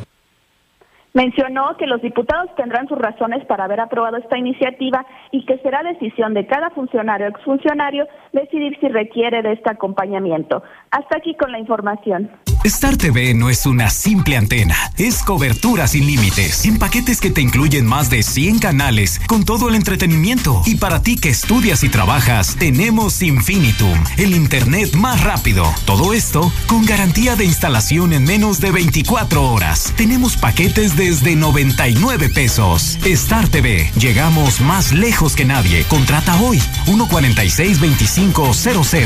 Mencionó que los diputados tendrán sus razones para haber aprobado esta iniciativa y que será decisión de cada funcionario o exfuncionario decidir si requiere de este acompañamiento. Hasta aquí con la información. Star TV no es una simple antena, es cobertura sin límites, en paquetes que te incluyen más de 100 canales, con todo el entretenimiento. Y para ti que estudias y trabajas, tenemos Infinitum, el internet más rápido. Todo esto con garantía de instalación en menos de 24 horas. Tenemos paquetes desde 99 pesos. Star TV, llegamos más lejos que nadie. Contrata hoy, 146-2500.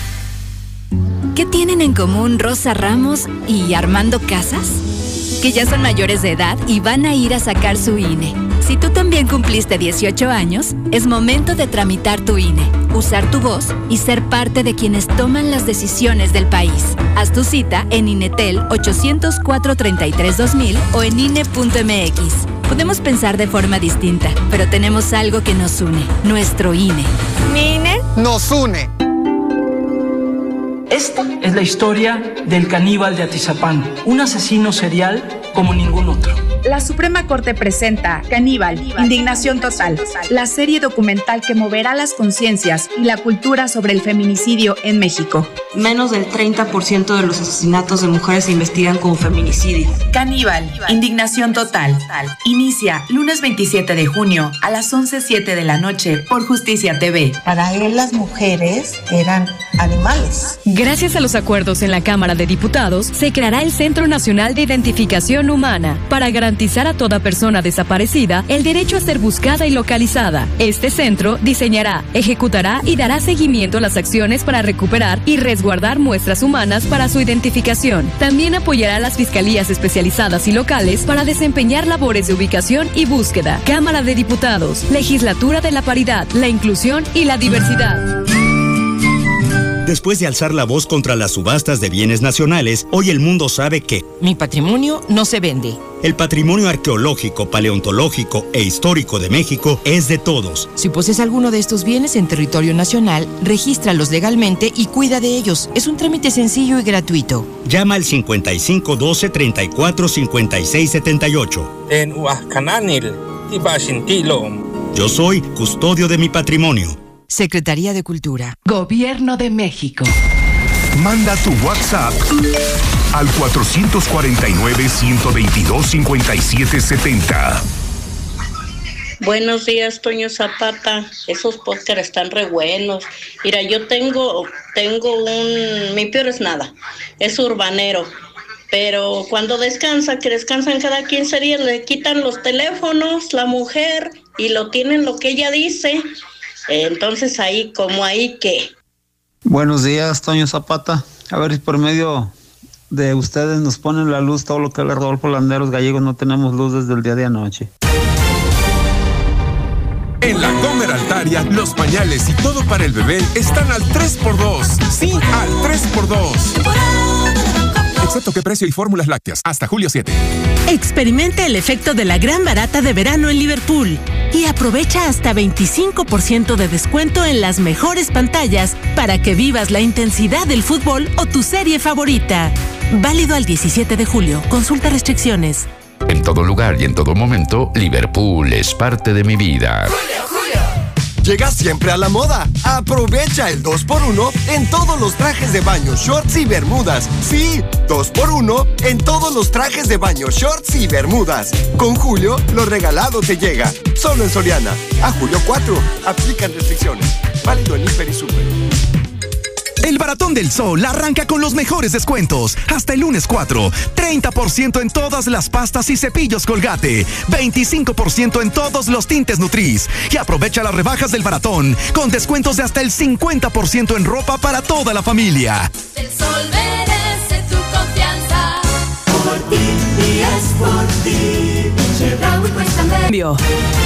¿Qué tienen en común Rosa Ramos y Armando Casas? Que ya son mayores de edad y van a ir a sacar su INE. Si tú también cumpliste 18 años, es momento de tramitar tu INE, usar tu voz y ser parte de quienes toman las decisiones del país. Haz tu cita en INETEL 800-433-2000 o en INE.mx. Podemos pensar de forma distinta, pero tenemos algo que nos une, nuestro INE. ¿Mi INE? Nos une. Esta es la historia del caníbal de Atizapán, un asesino serial como ningún otro. La Suprema Corte presenta Caníbal, Indignación Total, la serie documental que moverá las conciencias y la cultura sobre el feminicidio en México. Menos del 30% de los asesinatos de mujeres se investigan como feminicidio. Caníbal, Indignación Total. Inicia lunes 27 de junio a las 11:07 de la noche por Justicia TV. Para él las mujeres eran animales. Gracias a los acuerdos en la Cámara de Diputados, se creará el Centro Nacional de Identificación Humana para garantizar a toda persona desaparecida el derecho a ser buscada y localizada. Este centro diseñará, ejecutará y dará seguimiento a las acciones para recuperar y resguardar muestras humanas para su identificación. También apoyará a las fiscalías especializadas y locales para desempeñar labores de ubicación y búsqueda. Cámara de Diputados, Legislatura de la Paridad, la Inclusión y la Diversidad. Después de alzar la voz contra las subastas de bienes nacionales, hoy el mundo sabe que mi patrimonio no se vende. El patrimonio arqueológico, paleontológico e histórico de México es de todos. Si posees alguno de estos bienes en territorio nacional, regístralos legalmente y cuida de ellos. Es un trámite sencillo y gratuito. Llama al 55 12 34 56 78. En Huascananil, Tibashintilo. Yo soy custodio de mi patrimonio. Secretaría de Cultura. Gobierno de México. Manda tu WhatsApp al 449-122-5770. Buenos días, Toño Zapata. Esos pósteres están re buenos. Mira, yo tengo mi peor es nada. Es urbanero. Pero cuando descansan cada 15 días, le quitan los teléfonos, la mujer, y lo tienen lo que ella dice. Entonces ahí, como ahí, ¿qué? Buenos días, Toño Zapata. A ver si por medio de ustedes nos ponen la luz todo lo que le Rodolfo Landeros Gallegos. No tenemos luz desde el día de anoche. En la Comer Altaria, los pañales y todo para el bebé están al 3x2. Sí, al 3x2. Excepto que precio y fórmulas lácteas. Hasta julio 7. Experimenta el efecto de la gran barata de verano en Liverpool y aprovecha hasta 25% de descuento en las mejores pantallas para que vivas la intensidad del fútbol o tu serie favorita. Válido al 17 de julio. Consulta restricciones. En todo lugar y en todo momento, Liverpool es parte de mi vida. Llega siempre a la moda. Aprovecha el 2x1 en todos los trajes de baño, shorts y bermudas. Sí, 2x1 en todos los trajes de baño, shorts y bermudas. Con Julio, lo regalado te llega. Solo en Soriana. A julio 4. Aplican restricciones. Válido en Hiper y Super. El Baratón del Sol arranca con los mejores descuentos. Hasta el lunes 4, 30% en todas las pastas y cepillos Colgate, 25% en todos los tintes Nutris. Y aprovecha las rebajas del Baratón con descuentos de hasta el 50% en ropa para toda la familia. El Sol merece tu confianza. Por ti y es por ti. Chedraui cuesta medio.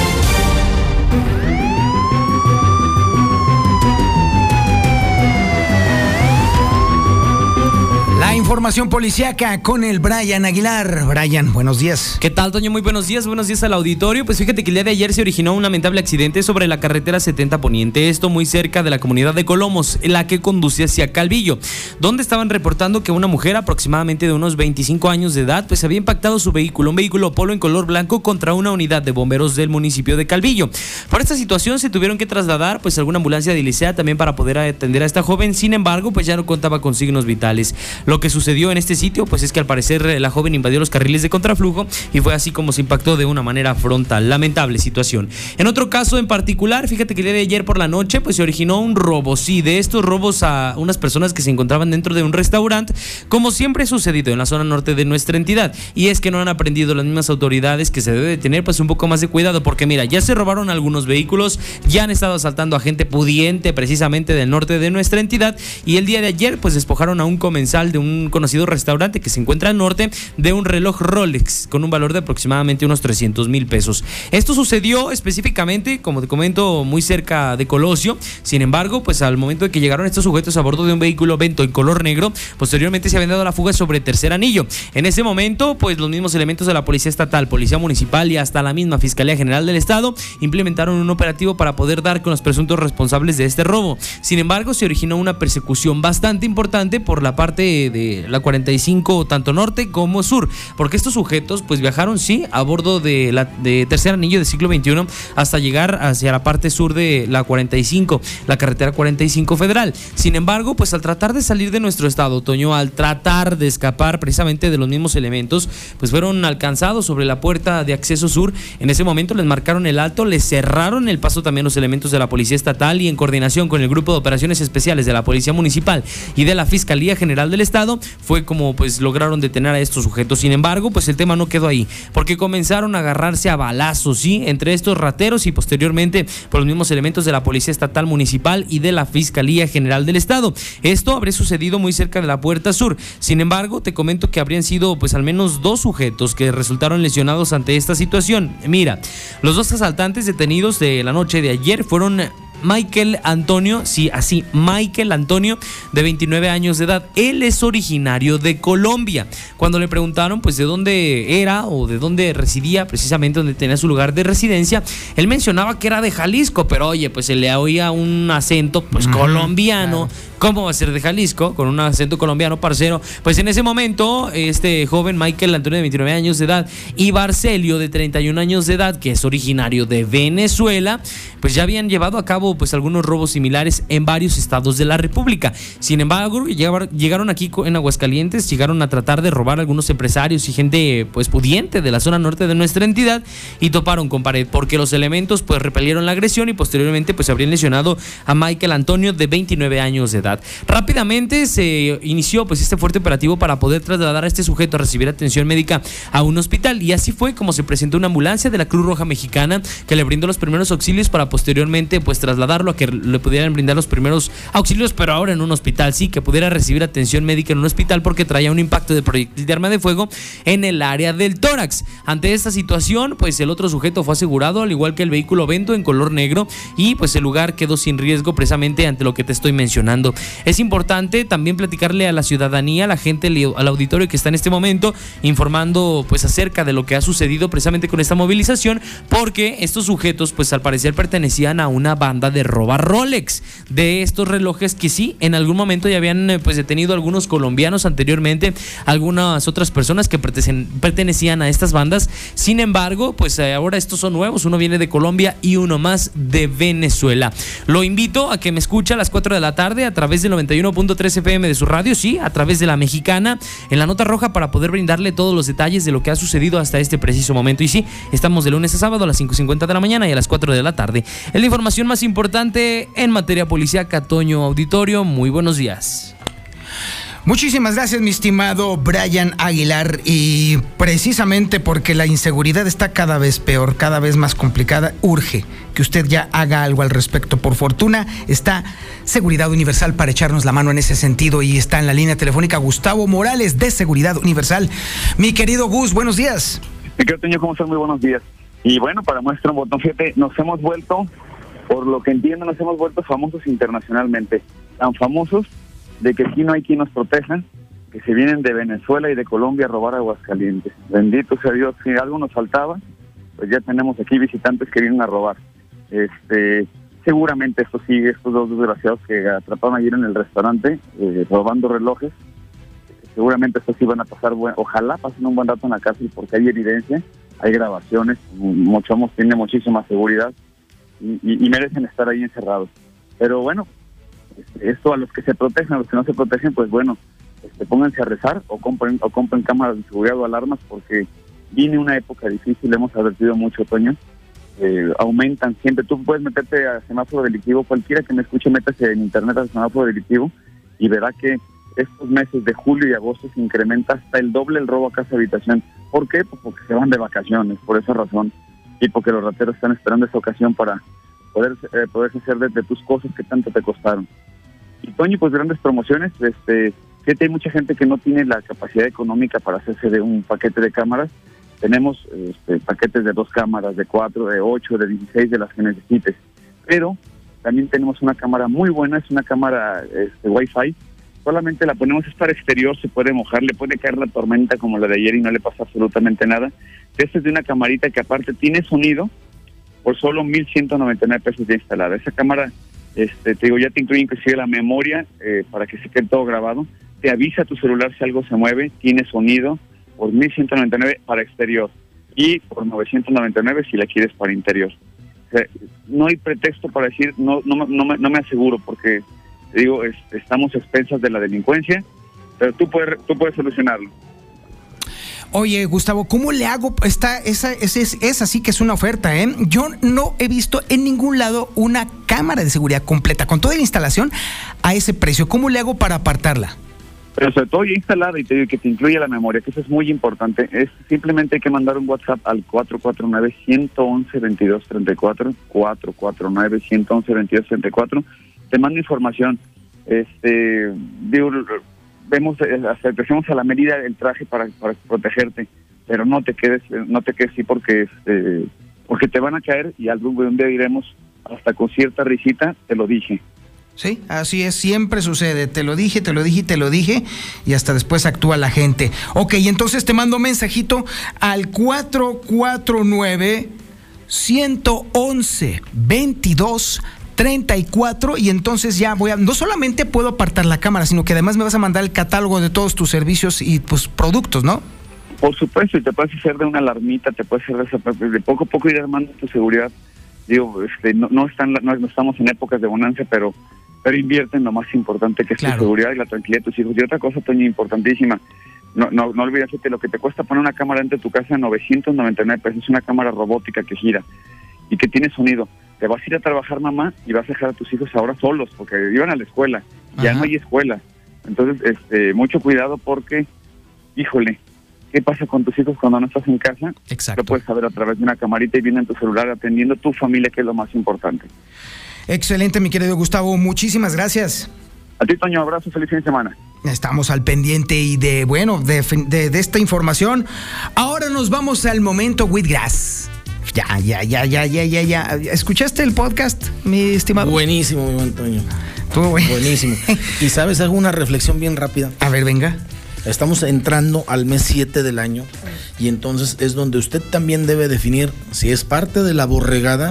La información policíaca con el Brian Aguilar. Brian, buenos días. ¿Qué tal, Toño? Muy buenos días al auditorio. Pues fíjate que el día de ayer se originó un lamentable accidente sobre la carretera 70 Poniente, esto muy cerca de la comunidad de Colomos, la que conduce hacia Calvillo, donde estaban reportando que una mujer aproximadamente de unos 25 años de edad pues había impactado su vehículo, un vehículo Polo en color blanco, contra una unidad de bomberos del municipio de Calvillo. Por esta situación se tuvieron que trasladar pues alguna ambulancia de Licea también para poder atender a esta joven. Sin embargo, pues ya no contaba con signos vitales. Lo que sucedió en este sitio pues es que al parecer la joven invadió los carriles de contraflujo y fue así como se impactó de una manera frontal. Lamentable situación. En otro caso en particular, fíjate que el día de ayer por la noche pues se originó un robo, sí, de estos robos a unas personas que se encontraban dentro de un restaurante, como siempre ha sucedido en la zona norte de nuestra entidad, y es que no han aprendido las mismas autoridades que se debe de tener pues un poco más de cuidado, porque mira, ya se robaron algunos vehículos, ya han estado asaltando a gente pudiente precisamente del norte de nuestra entidad, y el día de ayer pues despojaron a un comensal de un conocido restaurante que se encuentra al norte de un reloj Rolex con un valor de aproximadamente unos 300,000 pesos. Esto sucedió específicamente, como te comento, muy cerca de Colosio. Sin embargo, pues al momento de que llegaron estos sujetos a bordo de un vehículo Vento en color negro, posteriormente se habían dado la fuga sobre Tercer Anillo. En ese momento, pues los mismos elementos de la Policía Estatal, Policía Municipal y hasta la misma Fiscalía General del Estado implementaron un operativo para poder dar con los presuntos responsables de este robo. Sin embargo, se originó una persecución bastante importante por la parte de la 45, tanto norte como sur, porque estos sujetos pues viajaron sí a bordo de Tercer Anillo de siglo XXI hasta llegar hacia la parte sur de la 45, la carretera 45 federal. Sin embargo, pues al tratar de salir de nuestro estado, Toño, al tratar de escapar precisamente de los mismos elementos, pues fueron alcanzados sobre la puerta de acceso sur. En ese momento les marcaron el alto, les cerraron el paso también los elementos de la Policía Estatal, y en coordinación con el Grupo de Operaciones Especiales de la Policía Municipal y de la Fiscalía General del Estado, fue como pues lograron detener a estos sujetos. Sin embargo, pues el tema no quedó ahí, porque comenzaron a agarrarse a balazos, ¿sí?, entre estos rateros y posteriormente por los mismos elementos de la Policía Estatal Municipal y de la Fiscalía General del Estado. Esto habría sucedido muy cerca de la puerta sur. Sin embargo, te comento que habrían sido pues al menos 2 sujetos que resultaron lesionados ante esta situación. Mira, los 2 asaltantes detenidos de la noche de ayer fueron Michael Antonio, sí, así, Michael Antonio, de 29 años de edad. Él es originario de Colombia. Cuando le preguntaron pues de dónde era o de dónde residía, precisamente donde tenía su lugar de residencia, él mencionaba que era de Jalisco, pero oye, pues se le oía un acento pues colombiano. Claro. ¿Cómo va a ser de Jalisco? Con un acento colombiano, parcero. Pues en ese momento, este joven Michael Antonio de 29 años de edad y Barcelio de 31 años de edad, que es originario de Venezuela, pues ya habían llevado a cabo pues algunos robos similares en varios estados de la República. Sin embargo, llegaron aquí en Aguascalientes, llegaron a tratar de robar a algunos empresarios y gente pues pudiente de la zona norte de nuestra entidad, y toparon con pared, porque los elementos pues repelieron la agresión y posteriormente pues habrían lesionado a Michael Antonio de 29 años de edad. edad. Rápidamente se inició pues este fuerte operativo para poder trasladar a este sujeto a recibir atención médica a un hospital, y así fue como se presentó una ambulancia de la Cruz Roja Mexicana que le brindó los primeros auxilios para posteriormente pues trasladarlo a que le pudieran brindar los primeros auxilios, pero ahora en un hospital, sí, que pudiera recibir atención médica en un hospital porque traía un impacto de proyectil de arma de fuego en el área del tórax. Ante esta situación, pues el otro sujeto fue asegurado, al igual que el vehículo Vento en color negro, y pues el lugar quedó sin riesgo precisamente ante lo que te estoy mencionando. Es importante también platicarle a la ciudadanía, a la gente, al auditorio que está en este momento informando pues acerca de lo que ha sucedido precisamente con esta movilización, porque estos sujetos pues al parecer pertenecían a una banda de roba Rolex, de estos relojes que sí, en algún momento ya habían pues detenido algunos colombianos anteriormente, algunas otras personas que pertenecían a estas bandas. Sin embargo, pues ahora estos son nuevos, uno viene de Colombia y uno más de Venezuela. Lo invito a que me escuche a las 4 de la tarde a través del 91.3 FM de su radio, sí, a través de La Mexicana, en la Nota Roja, para poder brindarle todos los detalles de lo que ha sucedido hasta este preciso momento. Y sí, estamos de lunes a sábado a las 5:50 de la mañana y a las 4 de la tarde. Es la información más importante en materia policíaca. Toño, auditorio, muy buenos días. Muchísimas gracias, mi estimado Brian Aguilar, y precisamente porque la inseguridad está cada vez peor, cada vez más complicada, urge que usted ya haga algo al respecto. Por fortuna está Seguridad Universal para echarnos la mano en ese sentido, y está en la línea telefónica Gustavo Morales de Seguridad Universal. Mi querido Gus, buenos días. Mi querido Toño, ¿cómo estás? Muy buenos días. Y bueno, para muestra un botón, fíjate, nos hemos vuelto, por lo que entiendo, nos hemos vuelto famosos internacionalmente, tan famosos de que aquí no hay quien nos proteja, que se vienen de Venezuela y de Colombia a robar a Aguascalientes. Bendito sea Dios, si algo nos faltaba, pues ya tenemos aquí visitantes que vienen a robar. Seguramente esto sigue, estos dos desgraciados que atraparon ayer en el restaurante robando relojes, seguramente estos sí van a pasar, ojalá pasen un buen rato en la cárcel, porque hay evidencia, hay grabaciones, Mochomos tiene muchísima seguridad y merecen estar ahí encerrados. Pero bueno, esto a los que se protegen, a los que no se protegen, pues bueno, pónganse a rezar o compren cámaras de seguridad o alarmas, porque viene una época difícil, hemos advertido mucho, Toño. Aumentan siempre, tú puedes meterte a semáforo delictivo, cualquiera que me escuche, métase en internet a semáforo delictivo y verá que estos meses de julio y agosto se incrementa hasta el doble el robo a casa habitación. ¿Por qué? Pues porque se van de vacaciones, por esa razón, y porque los rateros están esperando esa ocasión para poderse hacer de tus cosas que tanto te costaron. Y Toño, pues grandes promociones, fíjate, hay mucha gente que no tiene la capacidad económica para hacerse de un paquete de cámaras. Tenemos paquetes de 2 cámaras, de 4, de 8, de 16, de las que necesites. Pero también tenemos una cámara muy buena, es una cámara Wi-Fi. Solamente la ponemos, es para exterior, se puede mojar, le puede caer la tormenta como la de ayer y no le pasa absolutamente nada. Esta es de una camarita que aparte tiene sonido por solo 1,199 pesos ya instalada. Esa cámara, te digo, ya te incluye inclusive la memoria para que se quede todo grabado. Te avisa tu celular si algo se mueve, tiene sonido, por 1,199 para exterior y por 999 si la quieres para interior. O sea, no hay pretexto para decir no me aseguro, porque te digo, estamos a expensas de la delincuencia, pero tú puedes solucionarlo. Oye, Gustavo, ¿cómo le hago? Es así que es una oferta, ¿eh? Yo no he visto en ningún lado una cámara de seguridad completa con toda la instalación a ese precio. ¿Cómo le hago para apartarla? Pero sobre todo ya instalada, y te digo que te incluye la memoria, que eso es muy importante. Es simplemente hay que mandar un WhatsApp al 449-111-2234, 449-111-2234. Te mando información. Hacemos a la medida el traje para protegerte, pero no te quedes así porque te van a caer, y algún día iremos hasta con cierta risita, te lo dije. Sí, así es, siempre sucede, te lo dije, y hasta después actúa la gente. Ok, entonces te mando un mensajito al 449-111-2234, y entonces ya no solamente puedo apartar la cámara, sino que además me vas a mandar el catálogo de todos tus servicios y pues productos, ¿no? Por supuesto, y te puedes hacer de una alarmita, te puedes hacer de poco a poco ir armando tu seguridad. Digo, no estamos en épocas de bonanza, pero invierte en lo más importante, que es tu seguridad y la tranquilidad de tus hijos. Y otra cosa, Toño, importantísima, no olvides que lo que te cuesta poner una cámara dentro de tu casa, 999 pesos, es una cámara robótica que gira y que tiene sonido. Te vas a ir a trabajar, mamá, y vas a dejar a tus hijos ahora solos, porque iban a la escuela, ya no hay escuela. Entonces, mucho cuidado porque, híjole, ¿qué pasa con tus hijos cuando no estás en casa? Exacto. Lo puedes saber a través de una camarita y viene en tu celular atendiendo a tu familia, que es lo más importante. Excelente, mi querido Gustavo, muchísimas gracias. A ti, Toño, abrazo, feliz fin de semana. Estamos al pendiente y de esta información. Ahora nos vamos al momento Wheatgrass. Ya. ¿Escuchaste el podcast, mi estimado? Buenísimo, mi buen Toño. Estuvo bueno. Buenísimo. Y sabes, hago una reflexión bien rápida. A ver, venga. Estamos entrando al mes 7 del año y entonces es donde usted también debe definir si es parte de la borregada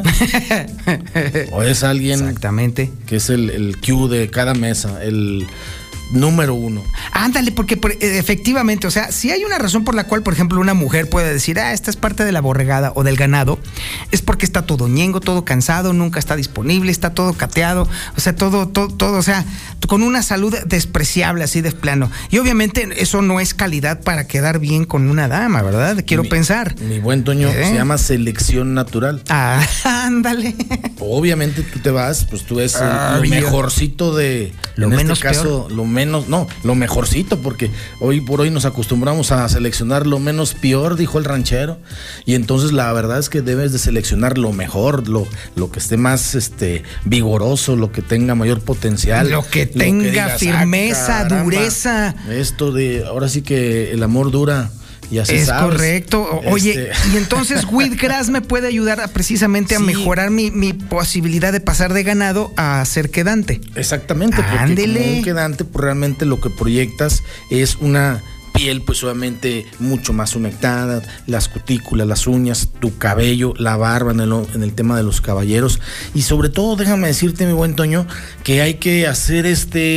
o es alguien exactamente que es el Q de cada mesa, el número 1. Ándale, porque efectivamente, o sea, si hay una razón por la cual, por ejemplo, una mujer puede decir, esta es parte de la borregada o del ganado, es porque está todo ñengo, todo cansado, nunca está disponible, está todo cateado, o sea, todo, o sea, con una salud despreciable así de plano. Y obviamente eso no es calidad para quedar bien con una dama, ¿verdad? Quiero pensar. Mi buen Toño, se llama selección natural. Ándale. Obviamente tú te vas, pues tú ves lo mejorcito de, lo en menos este caso, peor. Lo mejorcito, porque hoy por hoy nos acostumbramos a seleccionar lo menos peor, dijo el ranchero, y entonces la verdad es que debes de seleccionar lo mejor, lo que esté más vigoroso, lo que tenga mayor potencial, lo que tenga firmeza, dureza. Esto de, ahora sí que el amor dura. Y así es sabes. Correcto. Oye, y entonces Wheatgrass me puede ayudar precisamente a mejorar mi posibilidad de pasar de ganado a ser quedante. Exactamente, porque como un quedante, pues realmente lo que proyectas es una piel pues obviamente mucho más humectada, las cutículas, las uñas, tu cabello, la barba en el tema de los caballeros. Y sobre todo, déjame decirte, mi buen Toño, que hay que hacer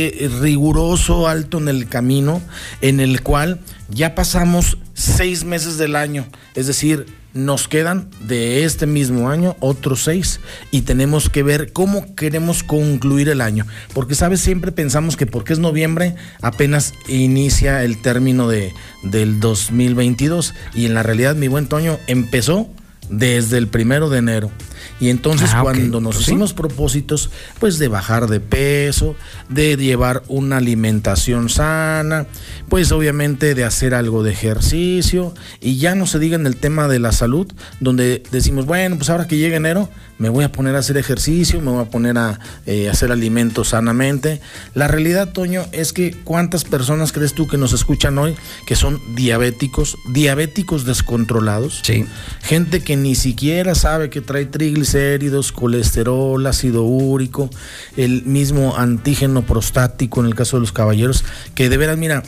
riguroso alto en el camino en el cual ya pasamos 6 meses del año, es decir, nos quedan de este mismo año otros 6 y tenemos que ver cómo queremos concluir el año, porque sabes, siempre pensamos que porque es noviembre apenas inicia el término del 2022 y en la realidad, mi buen Toño, empezó desde el 1 de enero. Y entonces cuando nos hicimos propósitos, pues de bajar de peso, de llevar una alimentación sana, pues obviamente de hacer algo de ejercicio, y ya no se diga en el tema de la salud, donde decimos, bueno, pues ahora que llega enero, me voy a poner a hacer ejercicio, me voy a poner a hacer alimentos sanamente. La realidad, Toño, es que ¿cuántas personas crees tú que nos escuchan hoy que son diabéticos descontrolados? Sí. Gente que ni siquiera sabe que trae triglicéridos, colesterol, ácido úrico, el mismo antígeno prostático en el caso de los caballeros, que de veras, mira,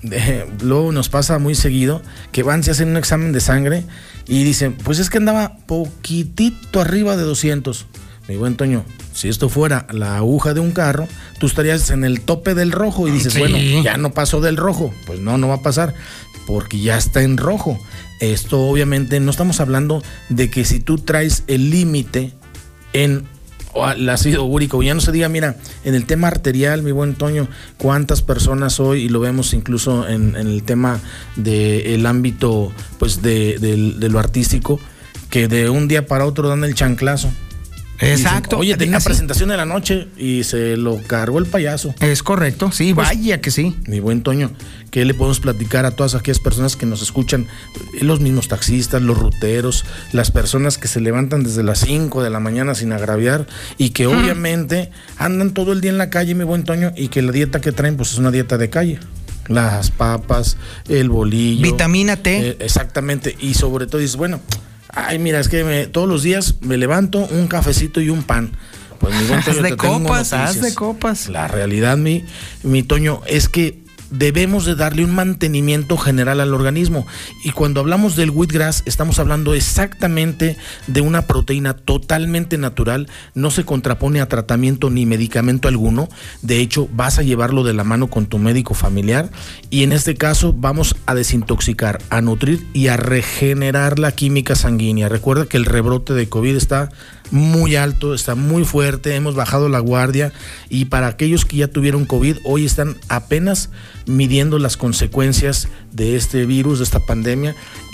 luego nos pasa muy seguido que van, se hacen un examen de sangre y dicen, pues es que andaba poquitito arriba de 200. Mi buen Toño, si esto fuera la aguja de un carro, tú estarías en el tope del rojo y dices, bueno, ya no pasó del rojo. Pues no va a pasar, porque ya está en rojo. Esto obviamente no estamos hablando de que si tú traes el límite en el ácido úrico, ya no se diga, mira, en el tema arterial, mi buen Toño, cuántas personas hoy, y lo vemos incluso en el tema del ámbito pues de lo artístico, que de un día para otro dan el chanclazo. Exacto. Dicen, oye, tenía una presentación en la noche y se lo cargó el payaso. Es correcto, sí, pues, vaya que sí. Mi buen Toño, ¿qué le podemos platicar a todas aquellas personas que nos escuchan? Los mismos taxistas, los ruteros, las personas que se levantan desde las 5 de la mañana sin agraviar y que obviamente andan todo el día en la calle, mi buen Toño, y que la dieta que traen pues es una dieta de calle. Las papas, el bolillo. Vitamina T. Exactamente, y sobre todo dices, bueno, ay, mira, es que todos los días me levanto un cafecito y un pan. Pues mi buen Toño, haz de copas. La realidad, mi Toño, es que debemos de darle un mantenimiento general al organismo. Y cuando hablamos del wheatgrass, estamos hablando exactamente de una proteína totalmente natural, no se contrapone a tratamiento ni medicamento alguno. De hecho, vas a llevarlo de la mano con tu médico familiar y en este caso vamos a desintoxicar, a nutrir y a regenerar la química sanguínea. Recuerda que el rebrote de COVID está muy alto, está muy fuerte, hemos bajado la guardia y para aquellos que ya tuvieron COVID, hoy están apenas midiendo las consecuencias de este virus, de esta pandemia, y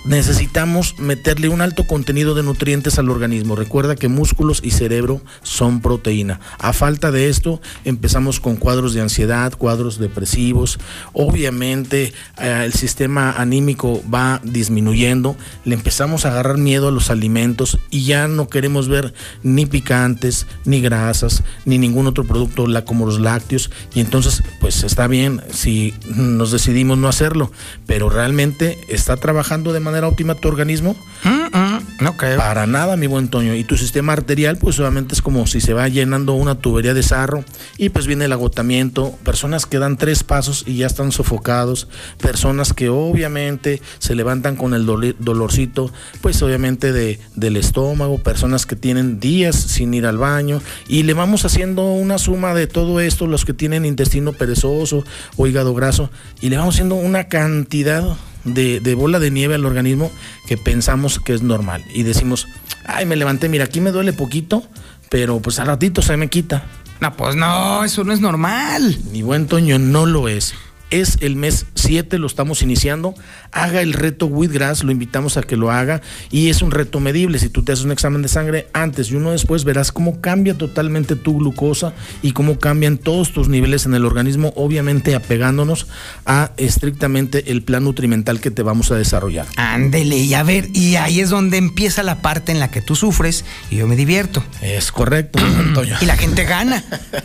necesitamos meterle un alto contenido de nutrientes al organismo. Recuerda que músculos y cerebro son proteína. A falta de esto, empezamos con cuadros de ansiedad, cuadros depresivos. Obviamente, el sistema anímico va disminuyendo. Le empezamos a agarrar miedo a los alimentos y ya no queremos ver ni picantes, ni grasas, ni ningún otro producto como los lácteos. Y entonces, pues está bien si nos decidimos no hacerlo, pero realmente está trabajando de manera óptima tu organismo. No creo. Para nada, mi buen Toño. Y tu sistema arterial, pues obviamente es como si se va llenando una tubería de sarro y pues viene el agotamiento. Personas que dan 3 pasos y ya están sofocados. Personas que obviamente se levantan con el dolorcito, pues obviamente del estómago. Personas que tienen días sin ir al baño. Y le vamos haciendo una suma de todo esto, los que tienen intestino perezoso o hígado graso, y le vamos haciendo una cantidad de bola de nieve al organismo que pensamos que es normal y decimos, ay, me levanté, mira, aquí me duele poquito, pero pues al ratito se me quita. No, pues no, eso no es normal. Mi buen Toño, no lo es. Es el mes 7, lo estamos iniciando. Haga el reto Wheatgrass, lo invitamos a que lo haga, y es un reto medible. Si tú te haces un examen de sangre antes y uno después, verás cómo cambia totalmente tu glucosa y cómo cambian todos tus niveles en el organismo, obviamente apegándonos a estrictamente el plan nutrimental que te vamos a desarrollar. Ándele, y a ver, y ahí es donde empieza la parte en la que tú sufres y yo me divierto. Es correcto, Antonio. Y la gente gana.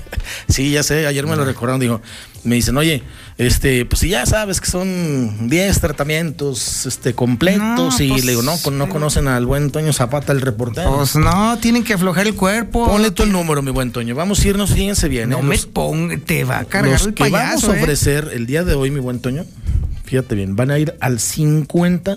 Sí, ya sé, ayer me lo recordaron, digo, me dicen, oye, pues si ya sabes que son 10 tratamientos completos, no, y pues, le digo, no conocen al buen Toño Zapata, el reportero. Pues no, tienen que aflojar el cuerpo. Ponle tú el número, mi buen Toño. Vamos a irnos, fíjense bien. No me ponga, te va a cargar el payaso. Vamos a ofrecer el día de hoy, mi buen Toño, fíjate bien, van a ir al 50%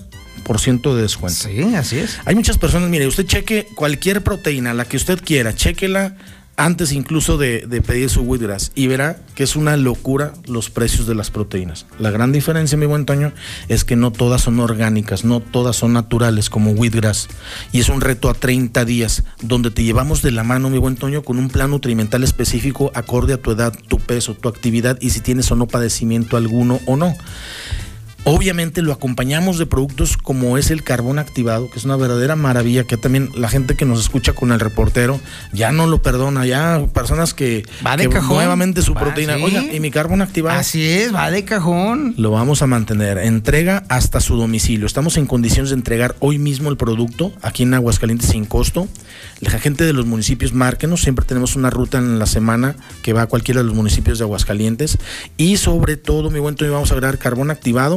de descuento. Sí, así es. Hay muchas personas, mire, usted cheque cualquier proteína, la que usted quiera, chéquela antes incluso de pedir su Wheatgrass y verá que es una locura los precios de las proteínas. La gran diferencia, mi buen Toño, es que no todas son orgánicas, no todas son naturales como Wheatgrass, y es un reto a 30 días donde te llevamos de la mano, mi buen Toño, con un plan nutrimental específico acorde a tu edad, tu peso, tu actividad y si tienes o no padecimiento alguno o no. Obviamente lo acompañamos de productos como es el carbón activado, que es una verdadera maravilla, que también la gente que nos escucha con el reportero ya no lo perdona, ya personas que nuevamente su proteína, ¿sí? Oiga, y mi carbón activado. Así es, va de cajón. Lo vamos a mantener, entrega hasta su domicilio. Estamos en condiciones de entregar hoy mismo el producto aquí en Aguascalientes sin costo. La gente de los municipios, márquenos, siempre tenemos una ruta en la semana que va a cualquiera de los municipios de Aguascalientes, y sobre todo, mi buen Toño, vamos a agregar carbón activado.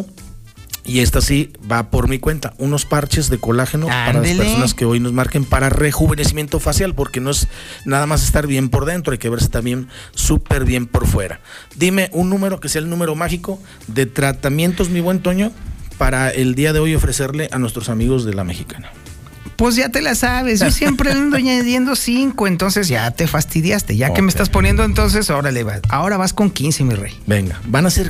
Y esta sí va por mi cuenta, unos parches de colágeno. Ándele. Para las personas que hoy nos marquen para rejuvenecimiento facial, porque no es nada más estar bien por dentro, hay que verse también súper bien por fuera. Dime un número que sea el número mágico de tratamientos, mi buen Toño, para el día de hoy ofrecerle a nuestros amigos de La Mexicana. Pues ya te la sabes, yo siempre ando añadiendo 5, entonces ya te fastidiaste, ya que me estás poniendo, entonces ahora vas con 15, mi rey. Venga, van a ser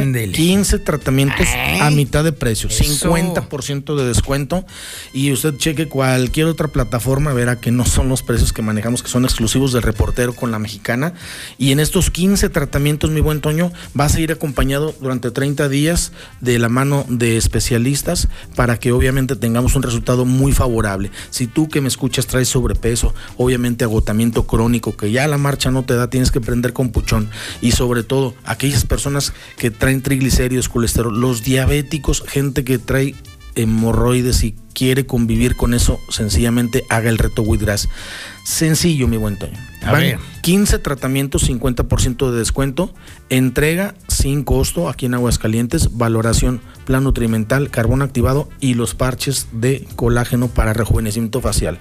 15 tratamientos a mitad de precio, eso. 50% de descuento, y usted cheque cualquier otra plataforma, verá que no son los precios que manejamos, que son exclusivos del reportero con La Mexicana, y en estos 15 tratamientos, mi buen Toño, vas a ir acompañado durante 30 días de la mano de especialistas para que obviamente tengamos un resultado muy favorable. Si tú que me escuchas traes sobrepeso, obviamente agotamiento crónico, que ya la marcha no te da, tienes que prender con puchón, y sobre todo aquellas personas que traen triglicéridos, colesterol, los diabéticos, gente que trae hemorroides y quiere convivir con eso, sencillamente haga el reto Wheatgrass. Sencillo, mi buen Toño. Van 15 tratamientos, 50% de descuento, entrega sin costo aquí en Aguascalientes, valoración, plan nutrimental, carbón activado y los parches de colágeno para rejuvenecimiento facial.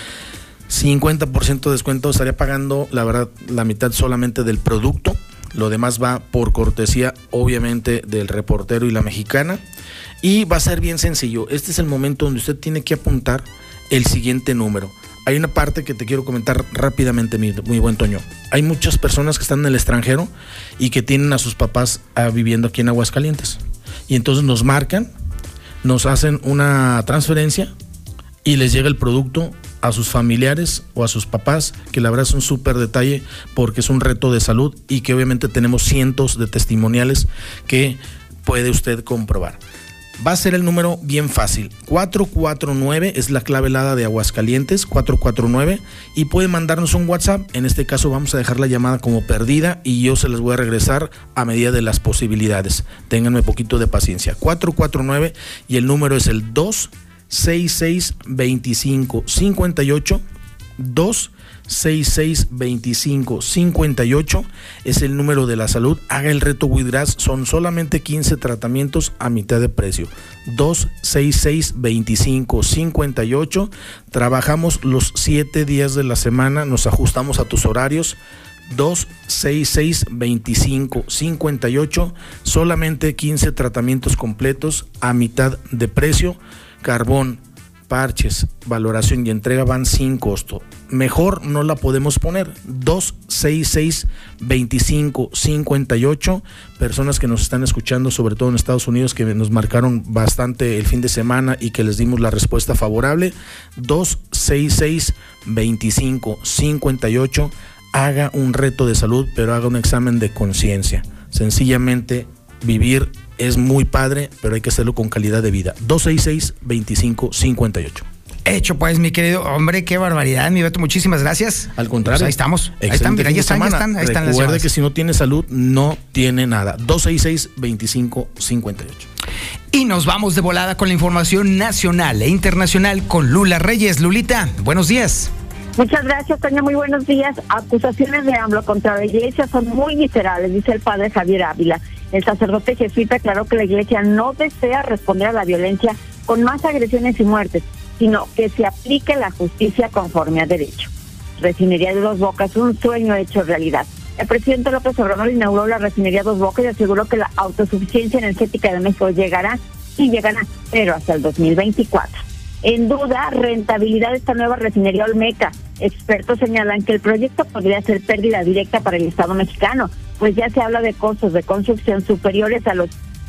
50% de descuento, estaría pagando, la verdad, la mitad solamente del producto. Lo demás va por cortesía, obviamente, del reportero y La Mexicana. Y va a ser bien sencillo. Este es el momento donde usted tiene que apuntar el siguiente número. Hay una parte que te quiero comentar rápidamente, mi buen Toño. Hay muchas personas que están en el extranjero y que tienen a sus papás viviendo aquí en Aguascalientes. Y entonces nos marcan, nos hacen una transferencia y les llega el producto a sus familiares o a sus papás, que la verdad es un súper detalle porque es un reto de salud y que obviamente tenemos cientos de testimoniales que puede usted comprobar. Va a ser el número bien fácil. 449 es la clave helada de Aguascalientes, 449, y pueden mandarnos un WhatsApp. En este caso vamos a dejar la llamada como perdida y yo se las voy a regresar a medida de las posibilidades. Ténganme poquito de paciencia. 449 y el número es el 266-2558, 266-2558 es el número de la salud. Haga el reto Withgrass, son solamente 15 tratamientos a mitad de precio. 266-2558. Trabajamos los 7 días de la semana, nos ajustamos a tus horarios. 266-2558, solamente 15 tratamientos completos a mitad de precio. Carbón, parches, valoración y entrega van sin costo. Mejor no la podemos poner. 266-2558. Personas que nos están escuchando, sobre todo en Estados Unidos, que nos marcaron bastante el fin de semana y que les dimos la respuesta favorable. 266-2558. Haga un reto de salud, pero haga un examen de conciencia. Sencillamente, vivir es muy padre, pero hay que hacerlo con calidad de vida. 266-2558. Hecho pues, mi querido hombre, qué barbaridad, mi Beto, muchísimas gracias. Al contrario. Pues ahí estamos. Ahí están, mira, ahí están las Recuerde llamadas. que si no tiene salud, no tiene nada. 266-2558. Y nos vamos de volada con la información nacional e internacional con Lula Reyes. Lulita, buenos días. Muchas gracias, Toña. Muy buenos días. Acusaciones de AMLO contra la iglesia son muy viscerales, dice el padre Javier Ávila. El sacerdote jesuita aclaró que la iglesia no desea responder a la violencia con más agresiones y muertes, sino que se aplique la justicia conforme a derecho. Refinería de Dos Bocas, un sueño hecho realidad. El presidente López Obrador inauguró la refinería Dos Bocas y aseguró que la autosuficiencia energética de México llegará, pero hasta el 2024. En duda, rentabilidad de esta nueva refinería Olmeca. Expertos señalan que el proyecto podría ser pérdida directa para el Estado mexicano, pues ya se habla de costos de construcción superiores a los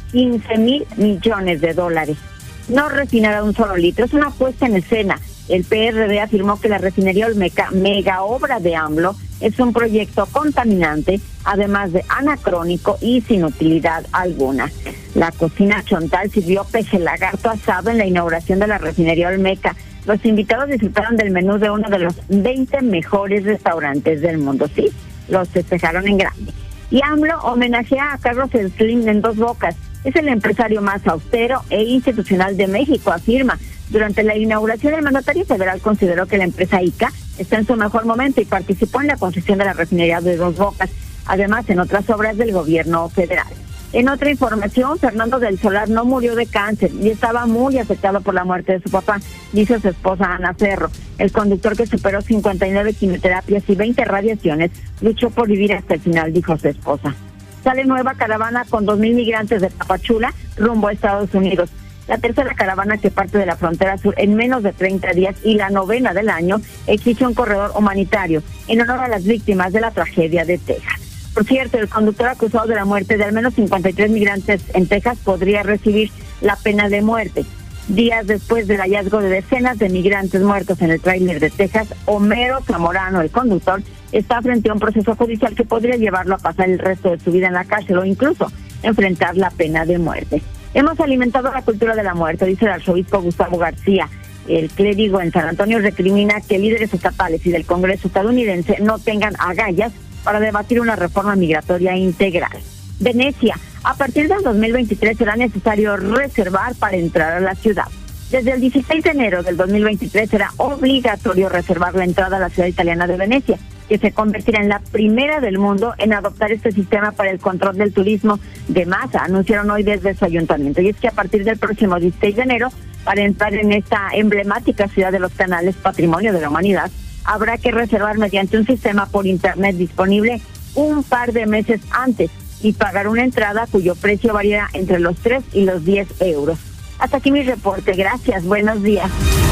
15,000 millones de dólares. No refinará un solo litro, es una puesta en escena. El PRD afirmó que la refinería Olmeca, mega obra de AMLO, es un proyecto contaminante, además de anacrónico y sin utilidad alguna. La cocina Chontal sirvió peje lagarto asado en la inauguración de la refinería Olmeca. Los invitados disfrutaron del menú de uno de los 20 mejores restaurantes del mundo. Sí, los festejaron en grande. Y AMLO homenajea a Carlos Slim en Dos Bocas. Es el empresario más austero e institucional de México, afirma. Durante la inauguración, el mandatario federal consideró que la empresa ICA está en su mejor momento y participó en la construcción de la refinería de Dos Bocas, además en otras obras del gobierno federal. En otra información, Fernando del Solar no murió de cáncer y estaba muy afectado por la muerte de su papá, dice su esposa Ana Ferro. El conductor, que superó 59 quimioterapias y 20 radiaciones, luchó por vivir hasta el final, dijo su esposa. Sale nueva caravana con 2,000 migrantes de Tapachula rumbo a Estados Unidos. La tercera caravana, que parte de la frontera sur en menos de 30 días y la 9ª del año, exige un corredor humanitario en honor a las víctimas de la tragedia de Texas. Por cierto, el conductor acusado de la muerte de al menos 53 migrantes en Texas podría recibir la pena de muerte. Días después del hallazgo de decenas de migrantes muertos en el tráiler de Texas, Homero Zamorano, el conductor, está frente a un proceso judicial que podría llevarlo a pasar el resto de su vida en la cárcel o incluso enfrentar la pena de muerte. Hemos alimentado la cultura de la muerte, dice el arzobispo Gustavo García. El clérigo en San Antonio recrimina que líderes estatales y del Congreso estadounidense no tengan agallas para debatir una reforma migratoria integral. Venecia, a partir del 2023 será necesario reservar para entrar a la ciudad. Desde el 16 de enero del 2023 será obligatorio reservar la entrada a la ciudad italiana de Venecia, que se convertirá en la primera del mundo en adoptar este sistema para el control del turismo de masa, anunciaron hoy desde su ayuntamiento. Y es que a partir del próximo 16 de enero, para entrar en esta emblemática ciudad de los canales, patrimonio de la humanidad, habrá que reservar mediante un sistema por internet disponible un par de meses antes y pagar una entrada cuyo precio varía entre los 3 y los 10 euros. Hasta aquí mi reporte. Gracias. Buenos días.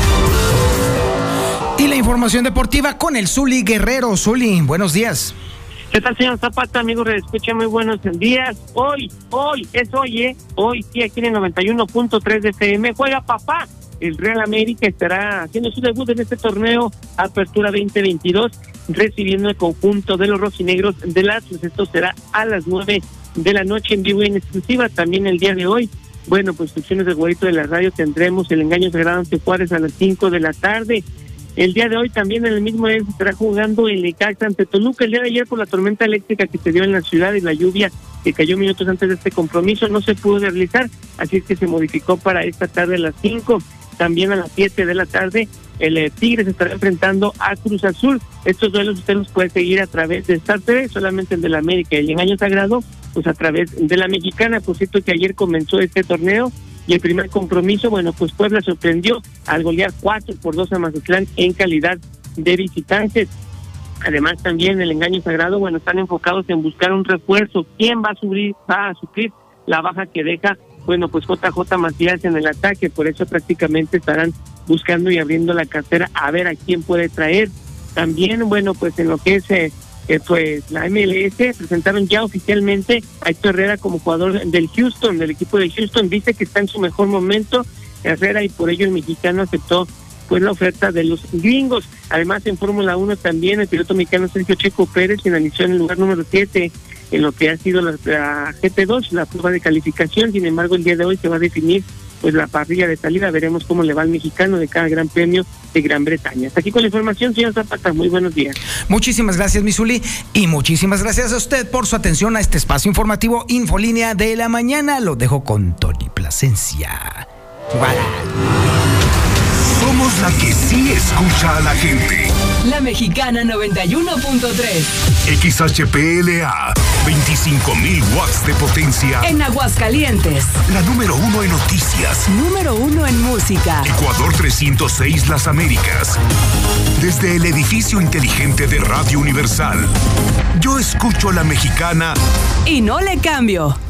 Y la información deportiva con el Zuli Guerrero. Zuli, buenos días. ¿Qué tal, señor Zapata? Amigos, escucha, muy buenos días. Hoy sí, aquí en el 91.3 de FM, juega papá. El Real América estará haciendo su debut en este torneo Apertura 2022, recibiendo el conjunto de los rojinegros del Atlas. Esto será a las 9 de la noche en vivo y en exclusiva. También el día de hoy Bueno, pues funciones del Güerito de la Radio tendremos el engaño sagrado ante Juárez a las 5 de la tarde. El día de hoy también en el mismo día se estará jugando el Necaxa ante Toluca. El día de ayer por la tormenta eléctrica que se dio en la ciudad y la lluvia que cayó minutos antes de este compromiso no se pudo realizar, así es que se modificó para esta tarde a las 5. También a las 7 de la tarde el Tigre se estará enfrentando a Cruz Azul. Estos duelos usted los puede seguir a través de Star TV, solamente el de la América, y el engaño sagrado pues a través de la Mexicana. Por cierto que ayer comenzó este torneo y el primer compromiso, bueno, pues Puebla sorprendió al golear 4-2 a Mazatlán en calidad de visitantes. Además también el engaño sagrado, bueno, están enfocados en buscar un refuerzo. ¿Quién va a suplir la baja que deja? Bueno, pues JJ Macías en el ataque, por eso prácticamente estarán buscando y abriendo la cartera a ver a quién puede traer. También, bueno, pues en lo que es pues la MLS, presentaron ya oficialmente a Héctor Herrera como jugador del Houston, del equipo de Houston. Dice que está en su mejor momento Herrera y por ello el mexicano aceptó pues la oferta de los gringos. Además en Fórmula 1 también el piloto mexicano Sergio Checo Pérez finalizó en el lugar número 7 en lo que ha sido la GP2, la prueba de calificación. Sin embargo, el día de hoy se va a definir pues la parrilla de salida. Veremos cómo le va al mexicano de cada Gran Premio de Gran Bretaña. Hasta aquí con la información, señor Zapata. Muy buenos días. Muchísimas gracias, mi Zuli, y muchísimas gracias a usted por su atención a este espacio informativo Infolínea de la Mañana. Lo dejo con Tony Plasencia. Somos la que sí escucha a la gente. La Mexicana 91.3. XHPLA, 25,000 watts de potencia. En Aguascalientes. La número 1 en noticias. Número 1 en música. Ecuador 306 Las Américas. Desde el edificio inteligente de Radio Universal. Yo escucho a la Mexicana. Y no le cambio.